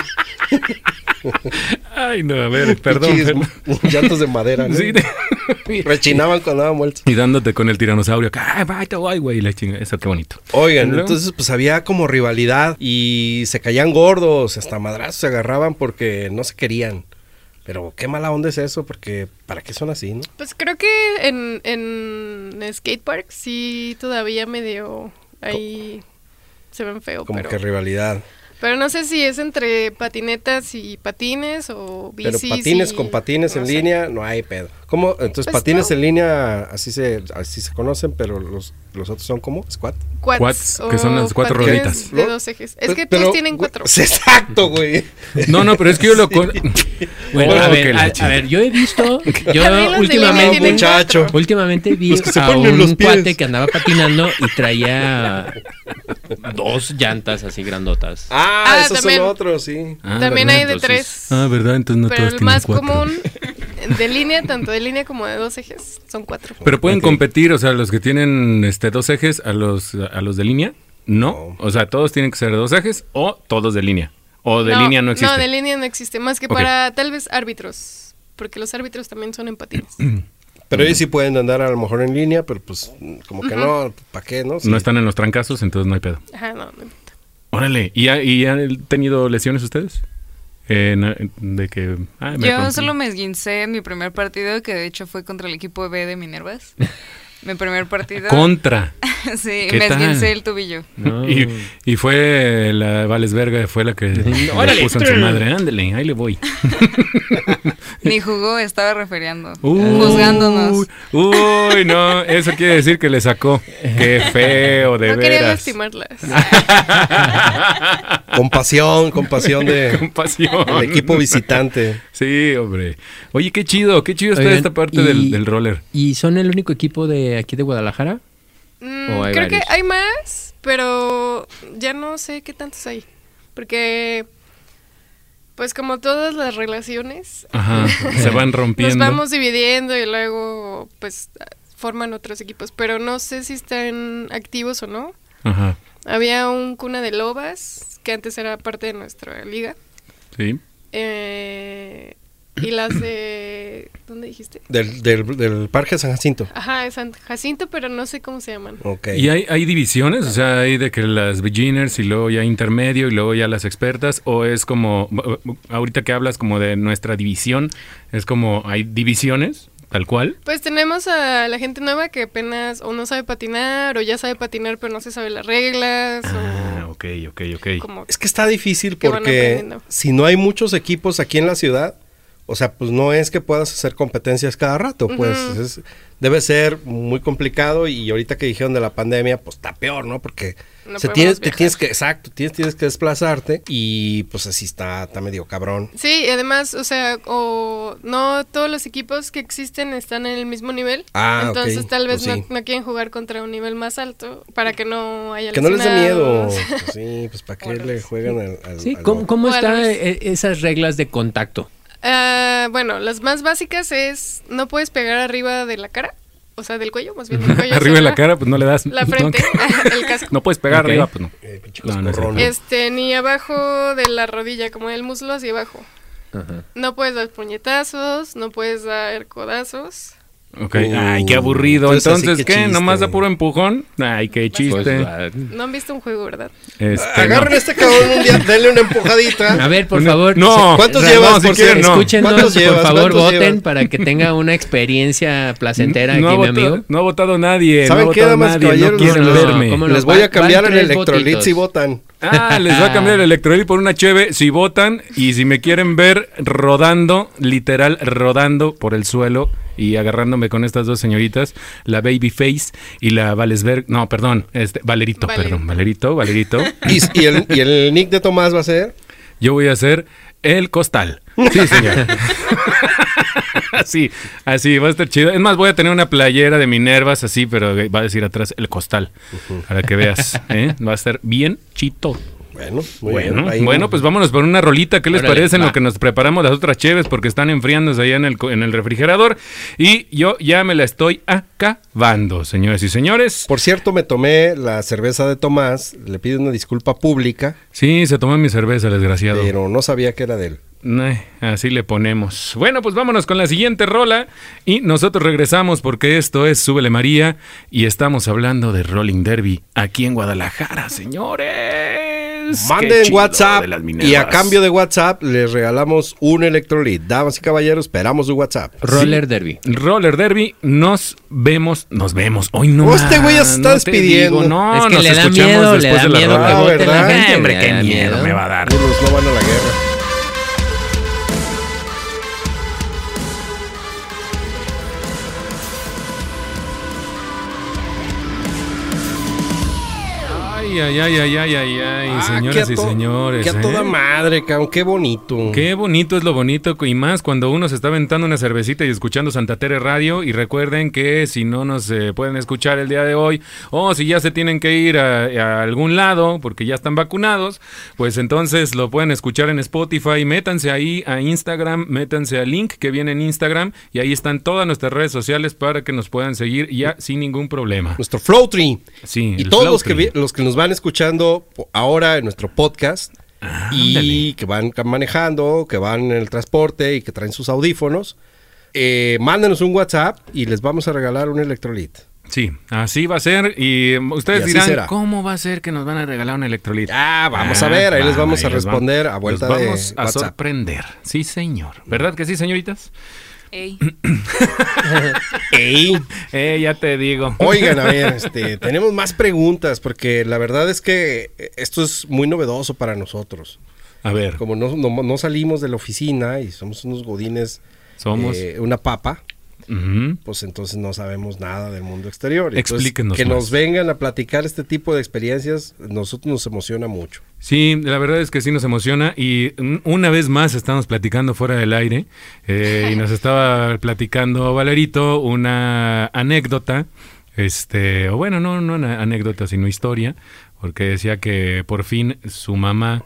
Ay, no, a ver, perdón. Llantos de madera, ¿no? Sí. Rechinaban cuando daban vueltas. Y dándote con el tiranosaurio. ¡Ay, vaya, güey! La chinga. Eso, qué bonito. Oigan, entonces pues había como rivalidad y se caían gordos, hasta madrazos se agarraban porque no se querían. Pero qué mala onda es eso, porque ¿para qué son así, no? Pues creo que en skatepark sí todavía medio ahí se ven feo. Como pero... que rivalidad. Pero no sé si es entre patinetas y patines o bicis. Pero patines con patines en línea no hay pedo. ¿Cómo? Entonces Pues patines no. en línea así se conocen, pero los otros son ¿cómo? ¿Squat? Quads, que o son las 4 patines rueditas. de 2 ejes. Es que Pero, todos tienen güey, 4. Exacto, güey. No, pero es que yo lo... Bueno, Oh, a que ver, la a chingada. ver, yo he visto, También los de línea últimamente, tienen Muchacho. últimamente vi Los que se a ponen en los un pies. cuate que andaba patinando y traía 2 llantas así grandotas. Esos también. son otros, sí. También ¿verdad? hay de Entonces- 3. ¿Verdad? Entonces no pero todos el tienen más 4. común de línea, tanto de línea como de 2 ejes, son 4. Pero pueden Ok. competir, o sea, los que tienen 2 ejes a los de línea, no. O sea, todos tienen que ser de 2 ejes o todos de línea. O de línea no existe. No, de línea no existe, más que Ok. para tal vez árbitros, porque los árbitros también son en patines. Pero ellos sí pueden andar a lo mejor en línea, pero pues como que no, ¿para qué, no? Sí. No están en los trancazos, entonces no hay pedo. Ajá, no. Órale, ¿y han tenido lesiones ustedes? De que... me Yo rompí. solo me esguincé en mi primer partido, que de hecho fue contra el equipo B de Minervas. Mi primer partido. Contra. Sí, ¿Qué me tal? esguincé el tobillo. No. Y fue la Valesberga, fue la que le Órale. puso en su madre. Ándale, ahí le voy. Ni jugó, estaba referiando. Uy, Juzgándonos. Uy, no, eso quiere decir que le sacó. Qué feo, de No quería veras. lastimarlas. Compasión de Compasión. del equipo visitante. Sí, hombre. Oye, qué chido está Oigan, esta parte y- del roller. ¿Y son el único equipo de aquí de Guadalajara? ¿O hay Creo varios? que hay más, pero ya no sé qué tantos hay. Porque, pues como todas las relaciones, Ajá, se van nos rompiendo. vamos dividiendo y luego pues forman otros equipos. Pero no sé si están activos o no. Ajá, Había un Cuna de Lobas, que antes era parte de nuestra liga. sí. Y las de... ¿Dónde dijiste? Del Parque San Jacinto. Ajá, de San Jacinto, pero no sé cómo se llaman. Ok. ¿Y hay divisiones? O sea, hay de que las beginners y luego ya intermedio y luego ya las expertas, o es como, ahorita que hablas como de nuestra división, es como, ¿hay divisiones? Tal cual. Pues tenemos a la gente nueva que apenas o no sabe patinar o ya sabe patinar pero no se sabe las reglas Ok. como Es que está difícil que van porque aprendiendo. si no hay muchos equipos aquí en la ciudad, o sea, pues no es que puedas hacer competencias cada rato, pues debe ser muy complicado y ahorita que dijeron de la pandemia, pues está peor, ¿no? Porque No se podemos tienes que tienes que desplazarte y pues así está medio cabrón. Sí, y además, o sea, o no todos los equipos que existen están en el mismo nivel. Entonces ok, tal vez pues sí. no quieren jugar contra un nivel más alto para que no haya Que no les dé miedo. lesionados. Pues sí, pues para qué le juegan al Sí, al- ¿cómo O al están revés. esas reglas de contacto? Bueno, las más básicas es no puedes pegar arriba de la cara, o sea, del cuello, más bien del cuello. Arriba de la hacia cara, pues no le das. La frente, el casco. No puedes pegar Ok. arriba, pues no. pinche No, no es coscorrón. Ni abajo de la rodilla, como del muslo hacia abajo. Ajá. No puedes dar puñetazos, no puedes dar codazos. Ok. Ay, qué aburrido. Entonces, Entonces, así, qué ¿qué? chiste. ¿Nomás da puro empujón? Ay, qué chiste. Pues, No han visto un juego, ¿verdad? Agarren no. a este cabrón un día, denle una empujadita. a ver, por No, favor. no. ¿Cuántos Ramón, llevas, si por quieres, cierto? no. Escúchenos, ¿Cuántos por llevas? favor, ¿Cuántos voten llevas? para que tenga una experiencia placentera No ha aquí, mi votado- amigo. No ha votado nadie. ¿Saben no ha qué, votado damas y nadie. No caballeros? quieren No, verme. ¿cómo no? Les voy a Van cambiar el 3 electrolit votitos. si votan. Les va a cambiar el electrolit por una cheve si votan y si me quieren ver rodando, literal rodando por el suelo y agarrándome con estas dos señoritas, la Babyface y la Valesberg, no, perdón, Valerito. ¿Y el nick de Tomás va a ser? Yo voy a ser el costal. Sí, señor. Así, va a estar chido. Es más, voy a tener una playera de Minervas así, pero va a decir atrás el costal. Para que veas, va a estar bien chito. Bueno, pues vámonos por una rolita. ¿Qué les parece en lo que nos preparamos las otras cheves? Porque están enfriándose allá en el refrigerador. Y yo ya me la estoy acabando, señores y señores. Por cierto, me tomé la cerveza de Tomás. Le pido una disculpa pública. Sí, se tomó mi cerveza, desgraciado. Pero no sabía que era de él. Así le ponemos. Bueno, pues vámonos con la siguiente rola y nosotros regresamos porque esto es Súbele María y estamos hablando de Rolling Derby aquí en Guadalajara, señores. Manden WhatsApp y a cambio de WhatsApp les regalamos un Electrolit. Damas y caballeros, esperamos su WhatsApp. Roller Derby. Roller Derby, nos vemos. Hoy no. Este güey ya se está despidiendo. No, es que nos le da escuchamos miedo, después de la rola. ¿Verdad? Hombre, qué miedo me va a dar. Unos no van a la guerra. Ay, señoras y señores. Que a toda madre, cabrón, qué bonito. Qué bonito es lo bonito, y más cuando uno se está aventando una cervecita y escuchando Santa Tere Radio. Y recuerden que si no nos pueden escuchar el día de hoy, o si ya se tienen que ir a algún lado porque ya están vacunados, pues entonces lo pueden escuchar en Spotify. Métanse ahí a Instagram, métanse al link que viene en Instagram y ahí están todas nuestras redes sociales para que nos puedan seguir ya sin ningún problema. Nuestro Flow Tree. Sí, y todos los que nos van escuchando ahora en nuestro podcast y que van manejando, que van en el transporte y que traen sus audífonos, mándenos un WhatsApp y les vamos a regalar un Electrolit. Sí, así va a ser. Y ustedes dirán, ¿cómo va a ser que nos van a regalar un Electrolit? Vamos a ver, ahí les vamos a responder a vuelta de WhatsApp. Vamos a sorprender. Sí, señor. ¿Verdad que sí, señoritas? Ey. Ya te digo. Oigan, a ver, tenemos más preguntas porque la verdad es que esto es muy novedoso para nosotros. A ver. Como no salimos de la oficina y somos unos godines, una papa, pues entonces no sabemos nada del mundo exterior. Entonces, explíquenos que más. nos vengan a platicar este tipo de experiencias, nosotros nos emociona mucho. Sí, la verdad es que sí nos emociona y una vez más estamos platicando fuera del aire y nos estaba platicando Valerito una anécdota, o bueno, no una anécdota sino historia, porque decía que por fin su mamá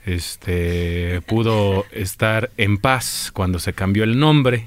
pudo estar en paz cuando se cambió el nombre.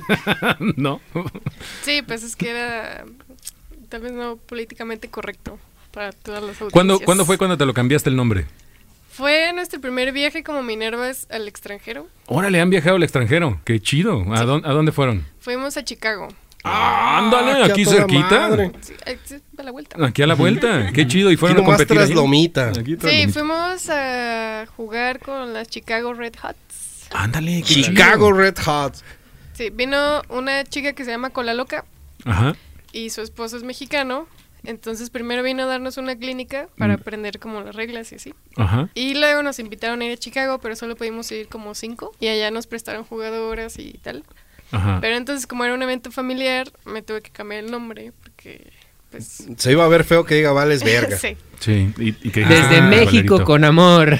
¿No? Sí, pues es que era tal vez no políticamente correcto para todas las audiencias. ¿Cuándo fue cuando te lo cambiaste el nombre? Fue nuestro primer viaje como Minervas al extranjero. Órale, han viajado al extranjero. Qué chido. ¿A dónde fueron? Fuimos a Chicago. Ándale, aquí cerquita. Sí, a la vuelta. Aquí a la vuelta. Qué chido. ¿Y fueron a competir tras lomita. Sí, fuimos a jugar con las Chicago Red Hots. Ándale, qué Chicago chido. Red Hots. Sí, vino una chica que se llama Cola Loca. Ajá. Y su esposo es mexicano. Entonces primero vino a darnos una clínica para aprender como las reglas y así. Ajá. Y luego nos invitaron a ir a Chicago, pero solo pudimos ir como 5. Y allá nos prestaron jugadoras y tal. Ajá. Pero entonces como era un evento familiar, me tuve que cambiar el nombre porque pues... Se iba a ver feo que diga vales verga. Sí. Sí. ¿Y qué Desde México Valerito? con amor.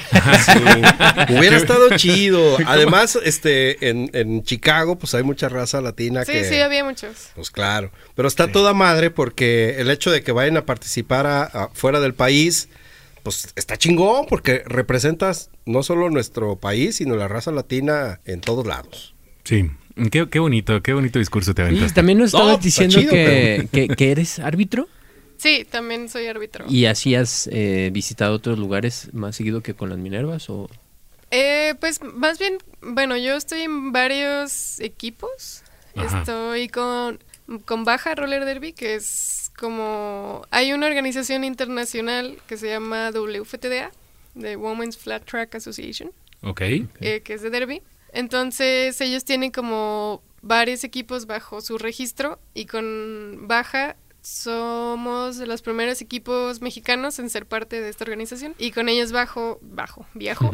Sí. Hubiera estado chido. Además, en Chicago, pues hay mucha raza latina que... Sí, había muchos. Pues claro. Pero está toda madre porque el hecho de que vayan a participar fuera del país, pues está chingón porque representas no solo nuestro país, sino la raza latina en todos lados. Sí. Qué bonito discurso te Y aventaste. también nos estabas está diciendo chido, que eres árbitro. Sí, también soy árbitro. ¿Y así has visitado otros lugares más seguido que con las Minervas? ¿O? Pues más bien, bueno, yo estoy en varios equipos. Ajá. Estoy con Baja Roller Derby, que es como... Hay una organización internacional que se llama WFTDA, de Women's Flat Track Association, Ok. que es de derby. Entonces ellos tienen como varios equipos bajo su registro y con Baja somos de los primeros equipos mexicanos en ser parte de esta organización y con ellos viajo, baja, Viajo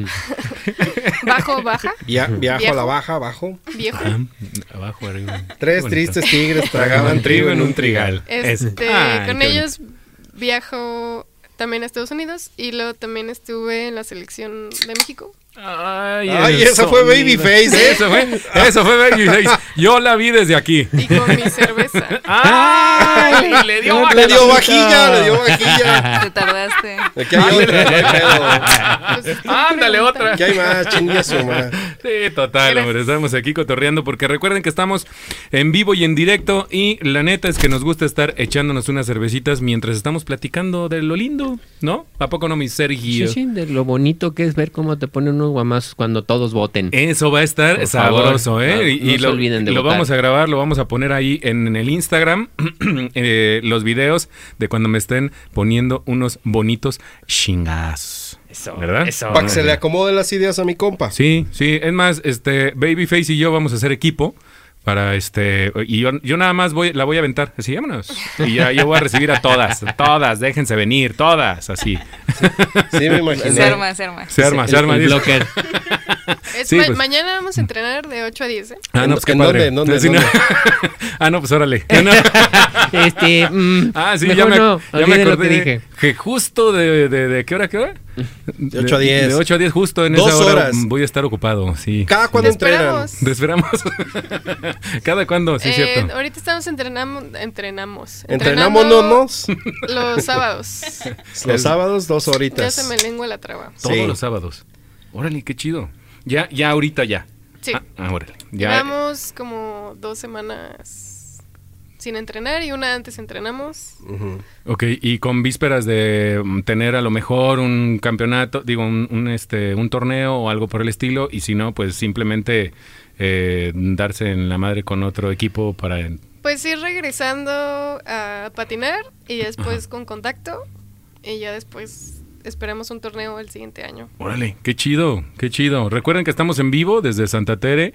Viejo. a la baja, bajo. viejo. Abajo, arriba. Tres tristes tigres tragaban trigo en un trigal. Ay, Con qué ellos viajo también a Estados Unidos y luego también estuve en la selección de México. Ay, esa fue Babyface, ¿eh? Eso fue Babyface. Yo la vi desde aquí. Y con mi cerveza. ¡Ay! Le dio vajilla. Te tardaste. Aquí hay otra. Ándale, otra. Aquí hay más, chingue su madre. Sí, total, hombre, estamos aquí cotorreando porque recuerden que estamos en vivo y en directo y la neta es que nos gusta estar echándonos unas cervecitas mientras estamos platicando de lo lindo, ¿no? ¿A poco no, mi Sergio? Sí, de lo bonito que es ver cómo te ponen unos guamazos cuando todos voten. Eso va a estar Por sabroso, favor, ¿eh? no se olviden de lo votar. vamos a grabar, lo vamos a poner ahí en el Instagram, los videos de cuando me estén poniendo unos bonitos chingazos. Eso, ¿verdad? eso. Para que se le acomoden las ideas a mi compa. Sí, es más, Babyface y yo vamos a hacer equipo para y yo nada más la voy a aventar, así, vámonos. Y ya yo voy a recibir a todas, déjense venir, todas, así. Sí, me imaginé. Se arma. Se arma. El dice. blocker. Sí, pues. Mañana vamos a entrenar de 8 a 10, ¿eh? Ah, no, pues qué ¿En padre. dónde? ¿En Sí, dónde? Ah, no, pues órale. Sí, Ya me olviden lo que acordé dije. que justo de ¿qué hora? De 8 a 10. De 8 a 10 justo en 2 esa hora horas. voy a estar ocupado, sí. ¿Cada cuándo entrenan? Te esperamos. ¿Cada cuándo? Sí, cierto. Ahorita estamos entrenamos. ¿Entrenámonos? Los sábados. Los sábados, 2 Ya horitas. se me lengua la traba. Todos Sí. los sábados. Órale, qué chido. Ya ahorita ya. Sí. Órale. Ya. Llevamos como 2 semanas sin entrenar y una antes entrenamos. Ujú. Ok, y con vísperas de tener a lo mejor un campeonato, digo, un torneo o algo por el estilo, y si no, pues simplemente darse en la madre con otro equipo para... Pues ir regresando a patinar y después con contacto y ya después esperamos un torneo el siguiente año. Órale, qué chido, qué chido. Recuerden que estamos en vivo desde Santa Tere,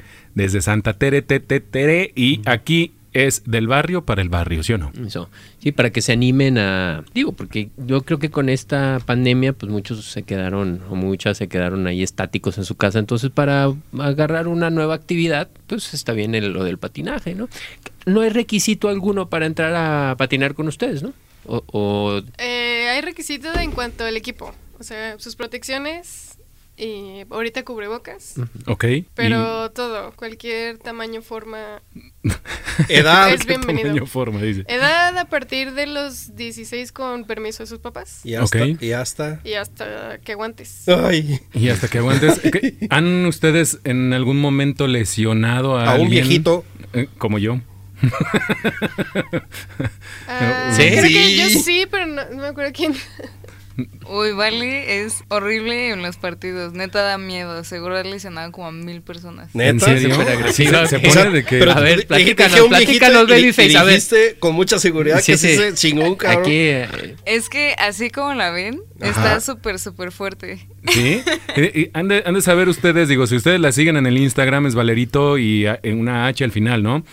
Tere, y aquí es del barrio para el barrio, ¿sí o no? Eso. Sí, para que se animen porque yo creo que con esta pandemia, pues muchos se quedaron, o muchas se quedaron ahí estáticos en su casa. Entonces, para agarrar una nueva actividad, pues está bien lo del patinaje, ¿no? No hay requisito alguno para entrar a patinar con ustedes, ¿no? Hay requisitos en cuanto al equipo, o sea, sus protecciones y ahorita cubrebocas, Ok. pero todo, cualquier tamaño, forma, Edad. es bienvenido. Tamaño, forma, dice. Edad a partir de los 16 con permiso de sus papás Y hasta. Ok. Y hasta. y hasta que aguantes. Ay. Y hasta que aguantes. ¿Han ustedes en algún momento lesionado a A un alguien? viejito. Como yo. ¿Sí? Creo que Sí. yo sí, pero no me acuerdo quién. Uy, Vale es horrible en los partidos. Neta da miedo. Seguro ha lesionado como a 1000 personas. ¿Neta? ¿En serio? Súper agresiva. Se Ok. pone O sea, de que... pero A ver, dije platícanos, un viejito platícanos, y Babyface, a ver. dijiste con mucha seguridad que sí se chingó un cabrón. Aquí, Es que así como la ven, está súper fuerte. ¿Sí? Y han de saber ustedes, digo, si ustedes la siguen en el Instagram, es Valerito y una H al final, ¿no?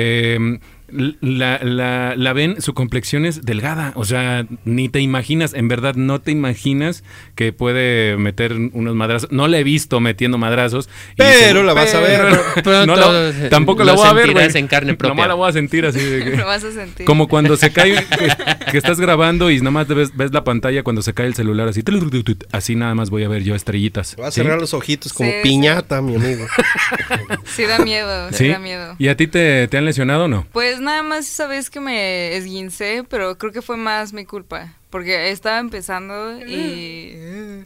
La ven, su complexión es delgada, o sea, ni te imaginas, en verdad no te imaginas que puede meter unos madrazos. No la he visto metiendo madrazos. Pero la vas a ver. Pronto tampoco lo la voy a ver, güey. sentirás en carne propia. Nomás la voy a sentir así de que... Lo vas a sentir. Como cuando se cae, que estás grabando y nada más ves la pantalla cuando se cae el celular así. Así nada más voy a ver yo estrellitas. Vas a ¿sí? cerrar los ojitos como Sí, piñata, mi amigo. Sí da miedo, ¿Sí? da miedo. ¿Y a ti te han lesionado o no? Pues nada más esa vez que me esguincé, pero creo que fue más mi culpa. Porque estaba empezando y...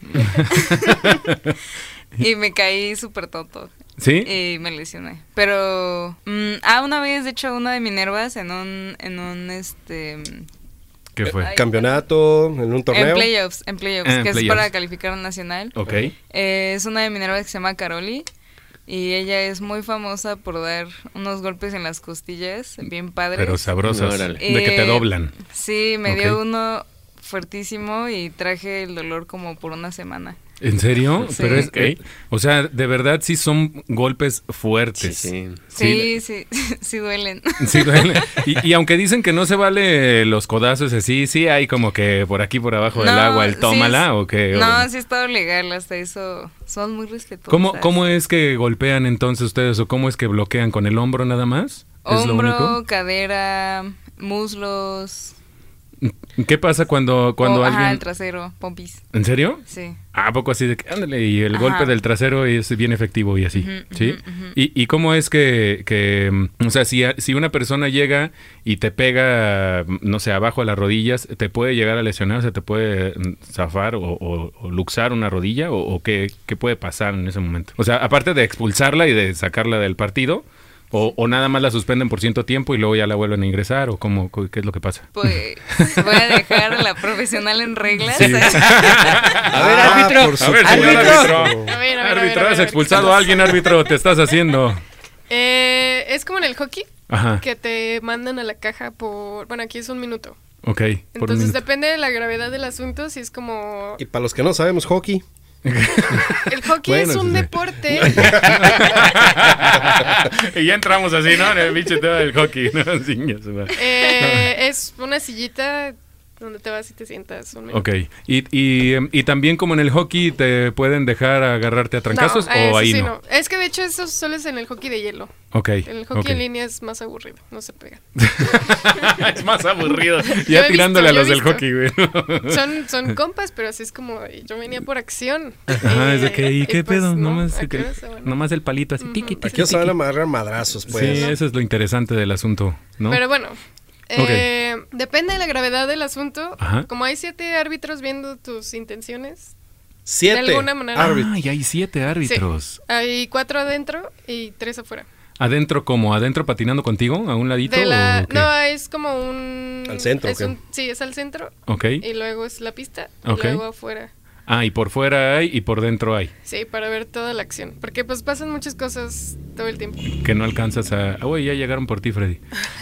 y me caí súper tonto. ¿Sí? Y me lesioné. Pero... una vez, de hecho, una de Minervas en un ¿Qué fue? Ay, Campeonato, en un torneo. En playoffs, que es playoffs. para calificar a un nacional. Ok. Es una de Minerva que se llama Caroli. Y ella es muy famosa por dar unos golpes en las costillas, bien padres. Pero sabrosas. Órale. De que te doblan. Sí, me dio Ok. uno fuertísimo y traje el dolor como por una semana. ¿En serio? Sí. Pero es, Ok. o sea, de verdad sí son golpes fuertes. sí. Sí duelen. Sí, duele. Y aunque dicen que no se vale los codazos así, sí hay como que por aquí, por abajo del No, agua, el sí tómala es- o qué. No, sí es todo legal, hasta eso son muy respetuosos. ¿Cómo es que golpean entonces ustedes o cómo es que bloquean con el hombro nada más? ¿Es lo Hombro, único? cadera, muslos, ¿Qué pasa cuando alguien... Ajá, el trasero, pompis. ¿En serio? Sí. ¿A poco así de que ándale? Y el golpe del trasero es bien efectivo y así, ¿sí? ¿Y cómo es que o sea, si una persona llega y te pega, no sé, abajo a las rodillas, ¿te puede llegar a lesionar? ¿Se te puede zafar o luxar una rodilla? ¿O qué puede pasar en ese momento? O sea, aparte de expulsarla y de sacarla del partido... O nada más la suspenden por cierto tiempo y luego ya la vuelven a ingresar, o qué es lo que pasa. Pues voy a dejar a la profesional en reglas. Sí. A ver, árbitro. A ver, señor árbitro. A ver, Árbitro, has expulsado a alguien, árbitro, te estás haciendo. Es como en el hockey, Ajá. que te mandan a la caja por... Bueno, aquí es 1 minuto. Ok. Entonces depende de la gravedad del asunto, si es como... Y para los que no sabemos hockey. El hockey Bueno, es un sí. deporte. Y ya entramos así, ¿no? En el pinche tema del hockey, ¿no? Es una sillita donde te vas y te sientas un minuto. Ok. Y también como en el hockey, ¿te pueden dejar agarrarte a trancazos No, o ahí sí, no? Es que de hecho eso solo es en el hockey de hielo. Ok. El hockey ok. en línea es más aburrido, no se pega. Es más aburrido. Yo Ya he tirándole visto, a los yo he del visto. hockey, güey. Son compas, pero así es como yo venía por acción. Ajá, es de que, ¿y qué pues, pedo? no, nomás, aquí no se van. nomás el palito así, tiqui, tiqui, Aquí os van a tiqui. amarrar madrazos, pues. Sí, eso es lo interesante del asunto, ¿no? Pero bueno, Ok. depende de la gravedad del asunto. Ajá. Como hay 7 árbitros viendo tus intenciones, 7 de alguna manera. árbitros. Y hay 7 árbitros. hay 4 adentro y 3 afuera. ¿Adentro como? ¿Adentro patinando contigo? ¿A un ladito? De la, o qué? no, es como un... ¿Al centro, es o qué? sí, es al centro. Ok. Y luego es la pista. Ok. Y luego afuera. Ah, y por fuera hay y por dentro hay. Sí, para ver toda la acción. Porque pues pasan muchas cosas todo el tiempo. Que no alcanzas a... Uy, ya llegaron por ti, Freddy.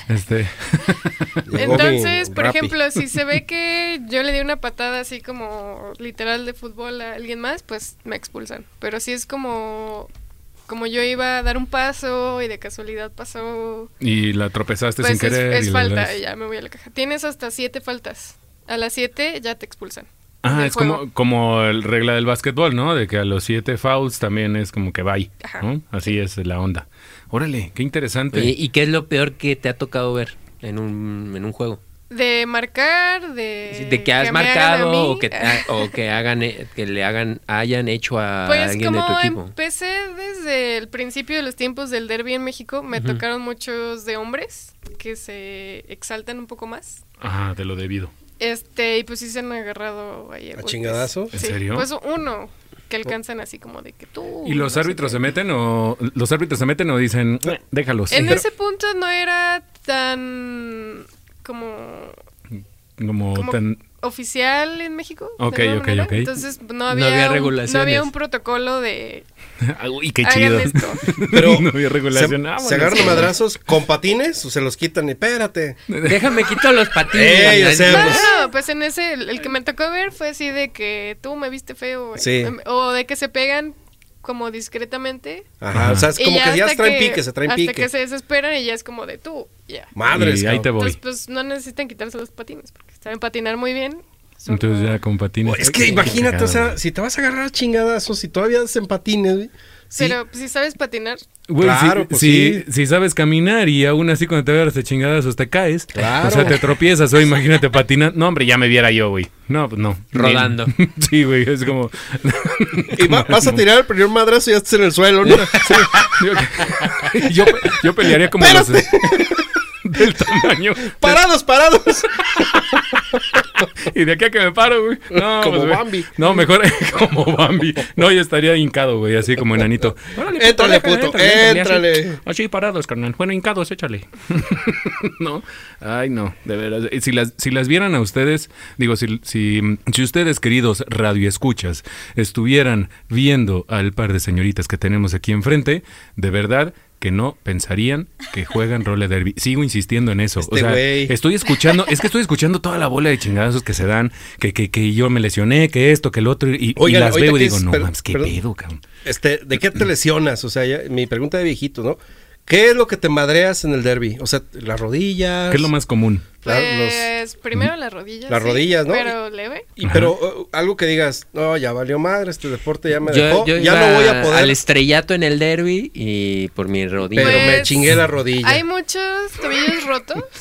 Llegó Entonces, mi por Rappi. ejemplo, si se ve que yo le di una patada así como literal de fútbol a alguien más, pues me expulsan. Pero si es como yo iba a dar un paso y de casualidad pasó, Y la tropezaste pues sin querer. es y falta das- y ya me voy a la caja. Tienes hasta 7 faltas. A las 7 ya te expulsan. Ah, del es juego. como el regla del básquetbol, ¿no? De que a los 7 fouls también es como que bye, Ajá. ¿no? Así es la onda. Órale, qué interesante. Oye, ¿y qué es lo peor que te ha tocado ver en un juego? De marcar, de Que has me hagan a marcado mí. o que hayan hecho a Pues alguien de tu como equipo. empecé desde el principio de los tiempos del derby en México, me tocaron muchos de hombres que se exaltan un poco más. Ajá, de lo debido. Y pues sí se han agarrado ahí ¿A golpes. chingadazos? ¿En Sí, serio? pues uno que alcanzan así como de que tú. ¿Y los no sé árbitros qué. se meten o dicen, déjalos? En ese punto no era tan como Como tan... oficial en México. de Ok, alguna ok, manera. ok. Entonces no había había, regulaciones. no había un protocolo de Uy, qué hagan chido. esto. Pero no había regulación. se, Ah, se bueno, agarran sí. a madrazos con patines o se los quitan y espérate. Déjame quito los patines. Ey, o sea, No, pues- no, pues en ese, el que me tocó ver fue así de que tú me viste feo. Sí. O de que se pegan como discretamente. Ajá, o sea, es y como que ya hasta se traen pique, se traen hasta pique. que se desesperan y ya es como de tú, ya. Madres, Y ahí te cabrón. voy. Entonces, pues no necesitan quitarse los patines, porque saben patinar muy bien. Solo- Entonces ya con patines. Es que imagínate, o sea, si te vas a agarrar a chingadazos, si todavía andas en patines, güey, sí. Pero pues, si sabes patinar, Güey, Claro, pues si sabes caminar y aún así cuando te agarras de chingadazos te caes, Claro. o sea, te tropiezas o imagínate patinar. No, hombre, ya me viera yo, güey. No, pues no. Rodando. Sí, güey, es como... Y vas a tirar el primer madrazo y ya estás en el suelo, ¿no? yo pelearía como los... del tamaño. ¡Parados! Y de aquí a que me paro, güey. No, Como pues, güey. Bambi. No, mejor como Bambi. No, yo estaría hincado, güey, así como enanito. Órale, Éntrale, déjale, puto, éntrale, éntrale. Así parados, carnal. Bueno, hincados, échale. No, ay, no, de veras. Si las vieran a ustedes, digo, si ustedes, queridos radioescuchas, estuvieran viendo al par de señoritas que tenemos aquí enfrente, de verdad que no pensarían que juegan roller derby. Sigo insistiendo en eso. Este o sea, güey. estoy escuchando toda la bola de chingadazos que se dan, que yo me lesioné, que esto, que el otro, y Oigan, las ahorita veo y que digo, es- no perdón, mames, qué perdón. pedo, cabrón. ¿De qué te lesionas? O sea, mi pregunta de viejito, ¿no? ¿Qué es lo que te madreas en el derby? O sea, las rodillas. ¿Qué es lo más común? pues primero las rodillas. Las sí, rodillas, ¿no? Pero leve. Pero algo que digas, no, ya valió madre, este deporte ya me Yo dejó, ya ya no voy a poder, al estrellato en el derby y por mi rodilla. pero me Pues, chingué la rodilla. Hay muchos tobillos rotos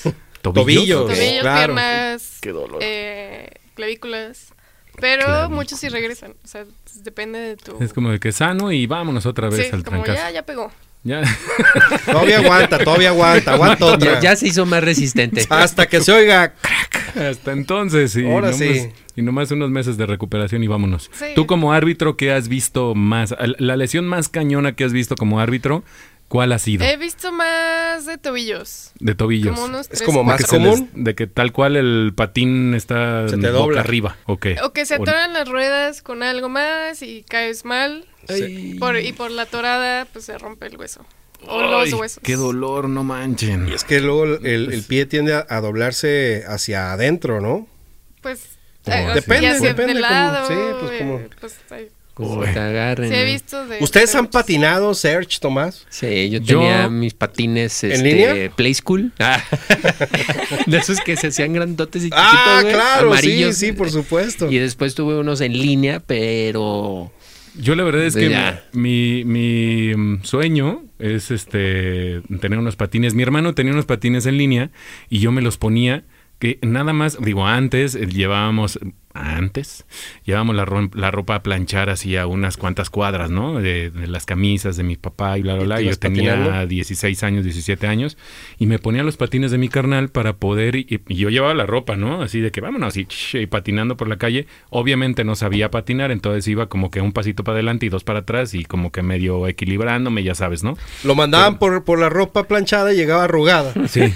Tobillos, Tobillos, claro. piernas, Qué dolor. clavículas. Pero Clavículas. muchos sí regresan. O sea, depende de tu... Es como de que sano y vámonos otra vez Sí, al como trancazo. ya pegó. Ya. Todavía aguanta otra. Ya se hizo más resistente. Hasta que se oiga. Hasta entonces, y Ahora nomás, sí. y nomás unos meses de recuperación y vámonos. Sí. Tú como árbitro, ¿qué has visto más? La lesión más cañona que has visto como árbitro, ¿cuál ha sido? He visto más de tobillos. De tobillos. Como unos Es 3, como De más que se les- común. de que tal cual el patín está Se te boca dobla. arriba. Okay. O que se atoran las ruedas con algo más y caes mal. Sí. Y por la torada, pues se rompe el hueso. O Ay, los huesos. qué dolor, no manchen. Y es que luego el pie tiende a doblarse hacia adentro, ¿no? Pues Depende, y hacia depende de como- lado, sí, pues como- pues, ahí. Como Uy. te agarren. Sí, he ¿no? visto de... ¿Ustedes han de- patinado, Serge, Tomás? Sí, yo Yo- tenía mis patines ¿En línea? Play School. De esos que se hacían grandotes y chiquitos, Ah, güey, claro, amarillos. sí, por supuesto. Y después tuve unos en línea, pero Yo la verdad es que Ya. mi sueño es tener unos patines. Mi hermano tenía unos patines en línea y yo me los ponía, que nada más, digo, antes llevábamos la ropa a planchar así a unas cuantas cuadras, ¿no? De las camisas de mi papá y bla, bla, ¿Y bla. te Yo ibas tenía patinando? 16 años, 17 años y me ponía los patines de mi carnal para poder, y yo llevaba la ropa, ¿no? Así de que vámonos y patinando por la calle. Obviamente no sabía patinar, entonces iba como que un pasito para adelante y dos para atrás y como que medio equilibrándome, ya sabes, ¿no? Lo mandaban por la ropa planchada y llegaba arrugada. Sí.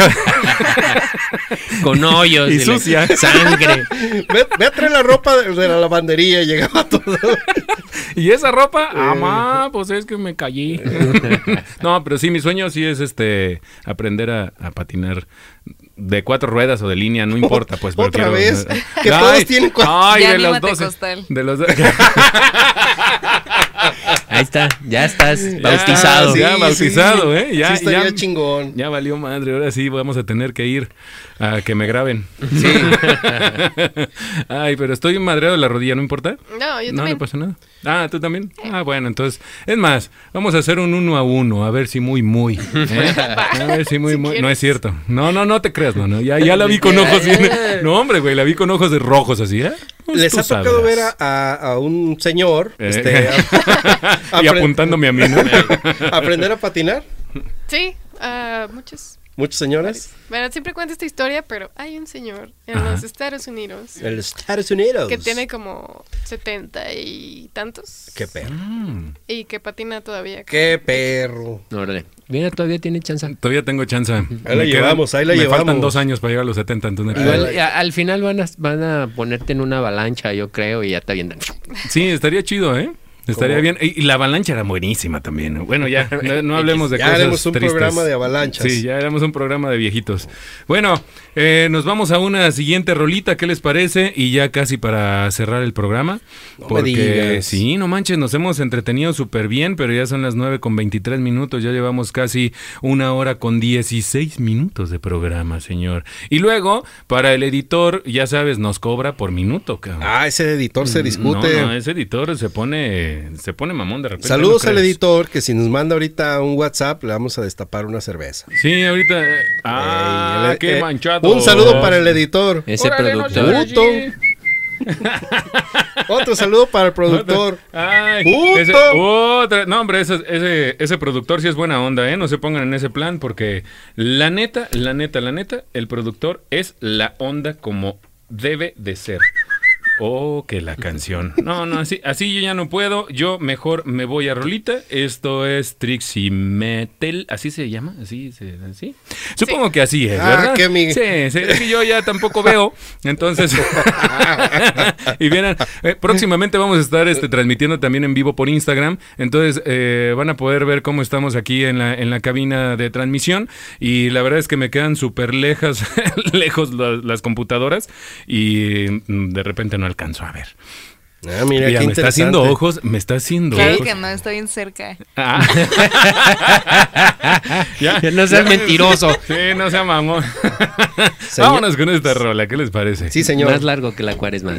con hoyos Y la sucia. sangre. Ve a traer la ropa de la lavandería y llegaba todo. ¿Y esa ropa? Amá, pues es que me caí. No, pero sí, mi sueño sí es aprender a patinar de 4 ruedas o de línea, no importa, pues. pero ¿Otra quiero- vez? Que todos tienen Ay, Ya de los anímate, 12. Costal. De los Ahí está, ya estás bautizado. sí, Ya bautizado, ¿eh? Ya, sí estaría ya- chingón. Ya valió madre, ahora sí vamos a tener que ir a que me graben. Sí. Ay, pero estoy madreado de la rodilla, ¿no importa? No, yo No también. le pasa nada. Ah, ¿tú también? Ah, bueno, entonces, es más, vamos a hacer un 1 a 1, a ver si muy, ¿eh? A ver si muy. No quieres. es cierto. No te creas, no, ya la vi con ojos bien. No, hombre, güey, la vi con ojos de rojos así, ¿eh? Pues ¿Les tú ha tocado sabrás. ver a un señor Y apre- apuntándome a mí, ¿no? aprender a patinar? Sí, muchos. ¿Muchos señores? Bueno, siempre cuento esta historia, pero hay un señor en Ajá. los Estados Unidos En los Estados Unidos. que tiene como 70 y tantos Qué perro. y que patina todavía. Qué perro. Órale. Mira, todavía tiene chance. Todavía tengo chance. Ahí la llevamos, ahí la me llevamos. faltan 2 años para llegar a los 70, entonces. Igual, al final van a ponerte en una avalancha, yo creo, y ya te avientan. Sí, estaría chido, ¿eh? Estaría ¿Cómo? bien. Y la avalancha era buenísima también. Bueno, ya, no hablemos de Ya cosas haremos un tristes. programa de avalanchas. Sí, ya haremos un programa de viejitos. Bueno, nos vamos a una siguiente rolita, ¿qué les parece? Y ya casi para cerrar el programa. No me porque digas. sí, no manches, nos hemos entretenido súper bien, pero ya son las 9:23, ya llevamos casi 1 hora con 16 minutos de programa, señor. Y luego, para el editor, ya sabes, nos cobra por minuto, cabrón. Ah, ese editor se discute. No, ese editor se pone mamón de repente. Saludos ¿no al crees? editor, que si nos manda ahorita un WhatsApp, le vamos a destapar una cerveza. Sí, ahorita. Ey, Qué manchado. Un saludo para el editor. Ese Órale, no productor. seas Puto. Otro saludo para el productor. Ay, ¡Puto! no, hombre, ese productor sí es buena onda, ¿eh? No se pongan en ese plan porque la neta, el productor es la onda como debe de ser. Oh, que la canción. No, así yo ya no puedo. Yo mejor me voy a rolita. Esto es Trixie Metal. ¿Así se llama? ¿Así? Supongo que así es, Ah, ¿verdad? qué mi- Sí, es que yo ya tampoco veo. Entonces, y bien, próximamente vamos a estar transmitiendo también en vivo por Instagram. Entonces, van a poder ver cómo estamos aquí en la cabina de transmisión. Y la verdad es que me quedan súper lejos las computadoras. Y de repente no alcanzo a ver. Ah, mira, Mira, qué me está haciendo interesante. ojos, me está haciendo Claro ojos. que no, estoy bien cerca. Ah. Ya No seas mentiroso. Sí, no sea mamón. Señor- Vámonos con esta rola, ¿qué les parece? Sí, señor. Más largo que la cuaresma.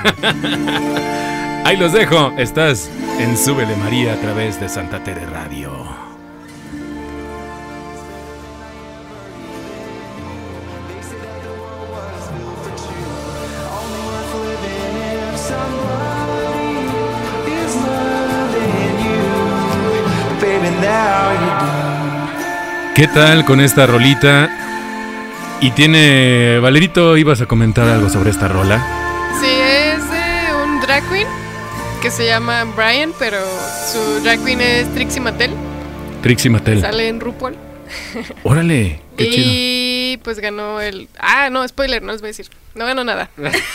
Ahí los dejo. Estás en Súbele María a través de Santa Tere Radio. ¿Qué tal con esta rolita? Y tiene... Valerito, ¿ibas a comentar algo sobre esta rola? Sí, es de un drag queen que se llama Brian, pero su drag queen es Trixie Mattel. Trixie Mattel. Sale en RuPaul. Órale, qué chido. Y pues ganó el... Ah, no, spoiler, no les voy a decir. No ganó nada.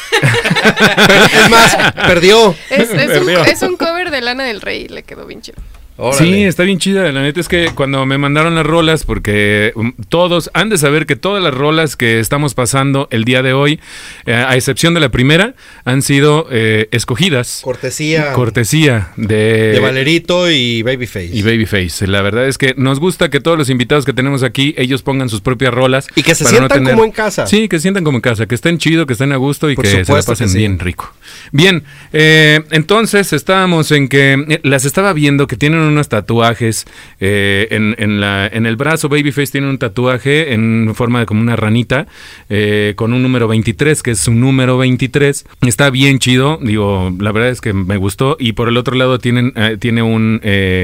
Es más, perdió. Es un cover de Lana del Rey, le quedó bien chido. Órale. Sí, está bien chida. La neta es que cuando me mandaron las rolas, porque todos han de saber que todas las rolas que estamos pasando el día de hoy, a excepción de la primera, han sido escogidas. Cortesía de Valerito y Babyface. Y Babyface. La verdad es que nos gusta que todos los invitados que tenemos aquí, ellos pongan sus propias rolas. Y que se sientan como en casa. Sí, que se sientan como en casa, que estén chido, que estén a gusto y por que se la pasen bien rico. Bien, entonces estábamos en que las estaba viendo que tienen unos tatuajes en el brazo. Babyface tiene un tatuaje en forma de como una ranita con un número 23, que es su número 23. Está bien chido, digo, la verdad es que me gustó. Y por el otro lado tiene un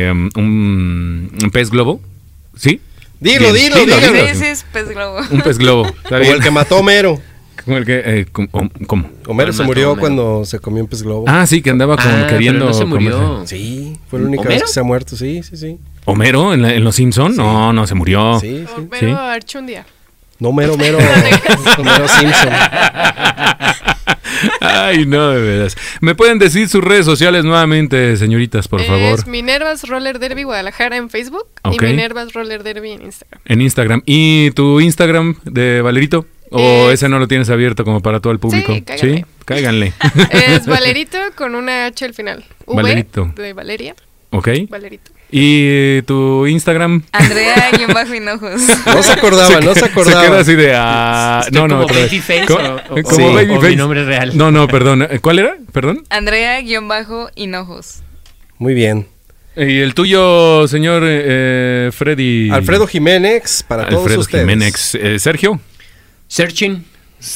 pez globo, ¿sí? Dilo. Sí, es pez globo. Un pez globo. Como el que mató a Homero. Como el que, ¿cómo? Homero se murió cuando se comió un pez globo. Ah, sí, que andaba como queriendo. Pero no se murió. Comerse. Sí, fue la única vez que se ha muerto, sí. ¿Homero en Los Simpson? Sí. No se murió. Sí. Homero Archundia. No, Homero Simpson. Ay, no, de veras. ¿Me pueden decir sus redes sociales nuevamente, señoritas, por favor? Es Minervas Roller Derby Guadalajara en Facebook y Minervas Roller Derby en Instagram. En Instagram. ¿Y tu Instagram de Valerito? ¿O ese no lo tienes abierto como para todo el público? Sí, cáiganle. ¿Sí? Cáiganle. Es Valerito con una H al final. Valerito. De Valeria. Ok. Valerito. ¿Y tu Instagram? Andrea-Hinojos. No se acordaba. Se queda así de... ¿Como Babyface como Babyface. O mi nombre real? No, perdón. ¿Cuál era? Perdón. Andrea-Hinojos. Muy bien. ¿Y el tuyo, señor Freddy? Alfredo Jiménez, para todos ustedes. Jiménez. ¿Sergio? Searching,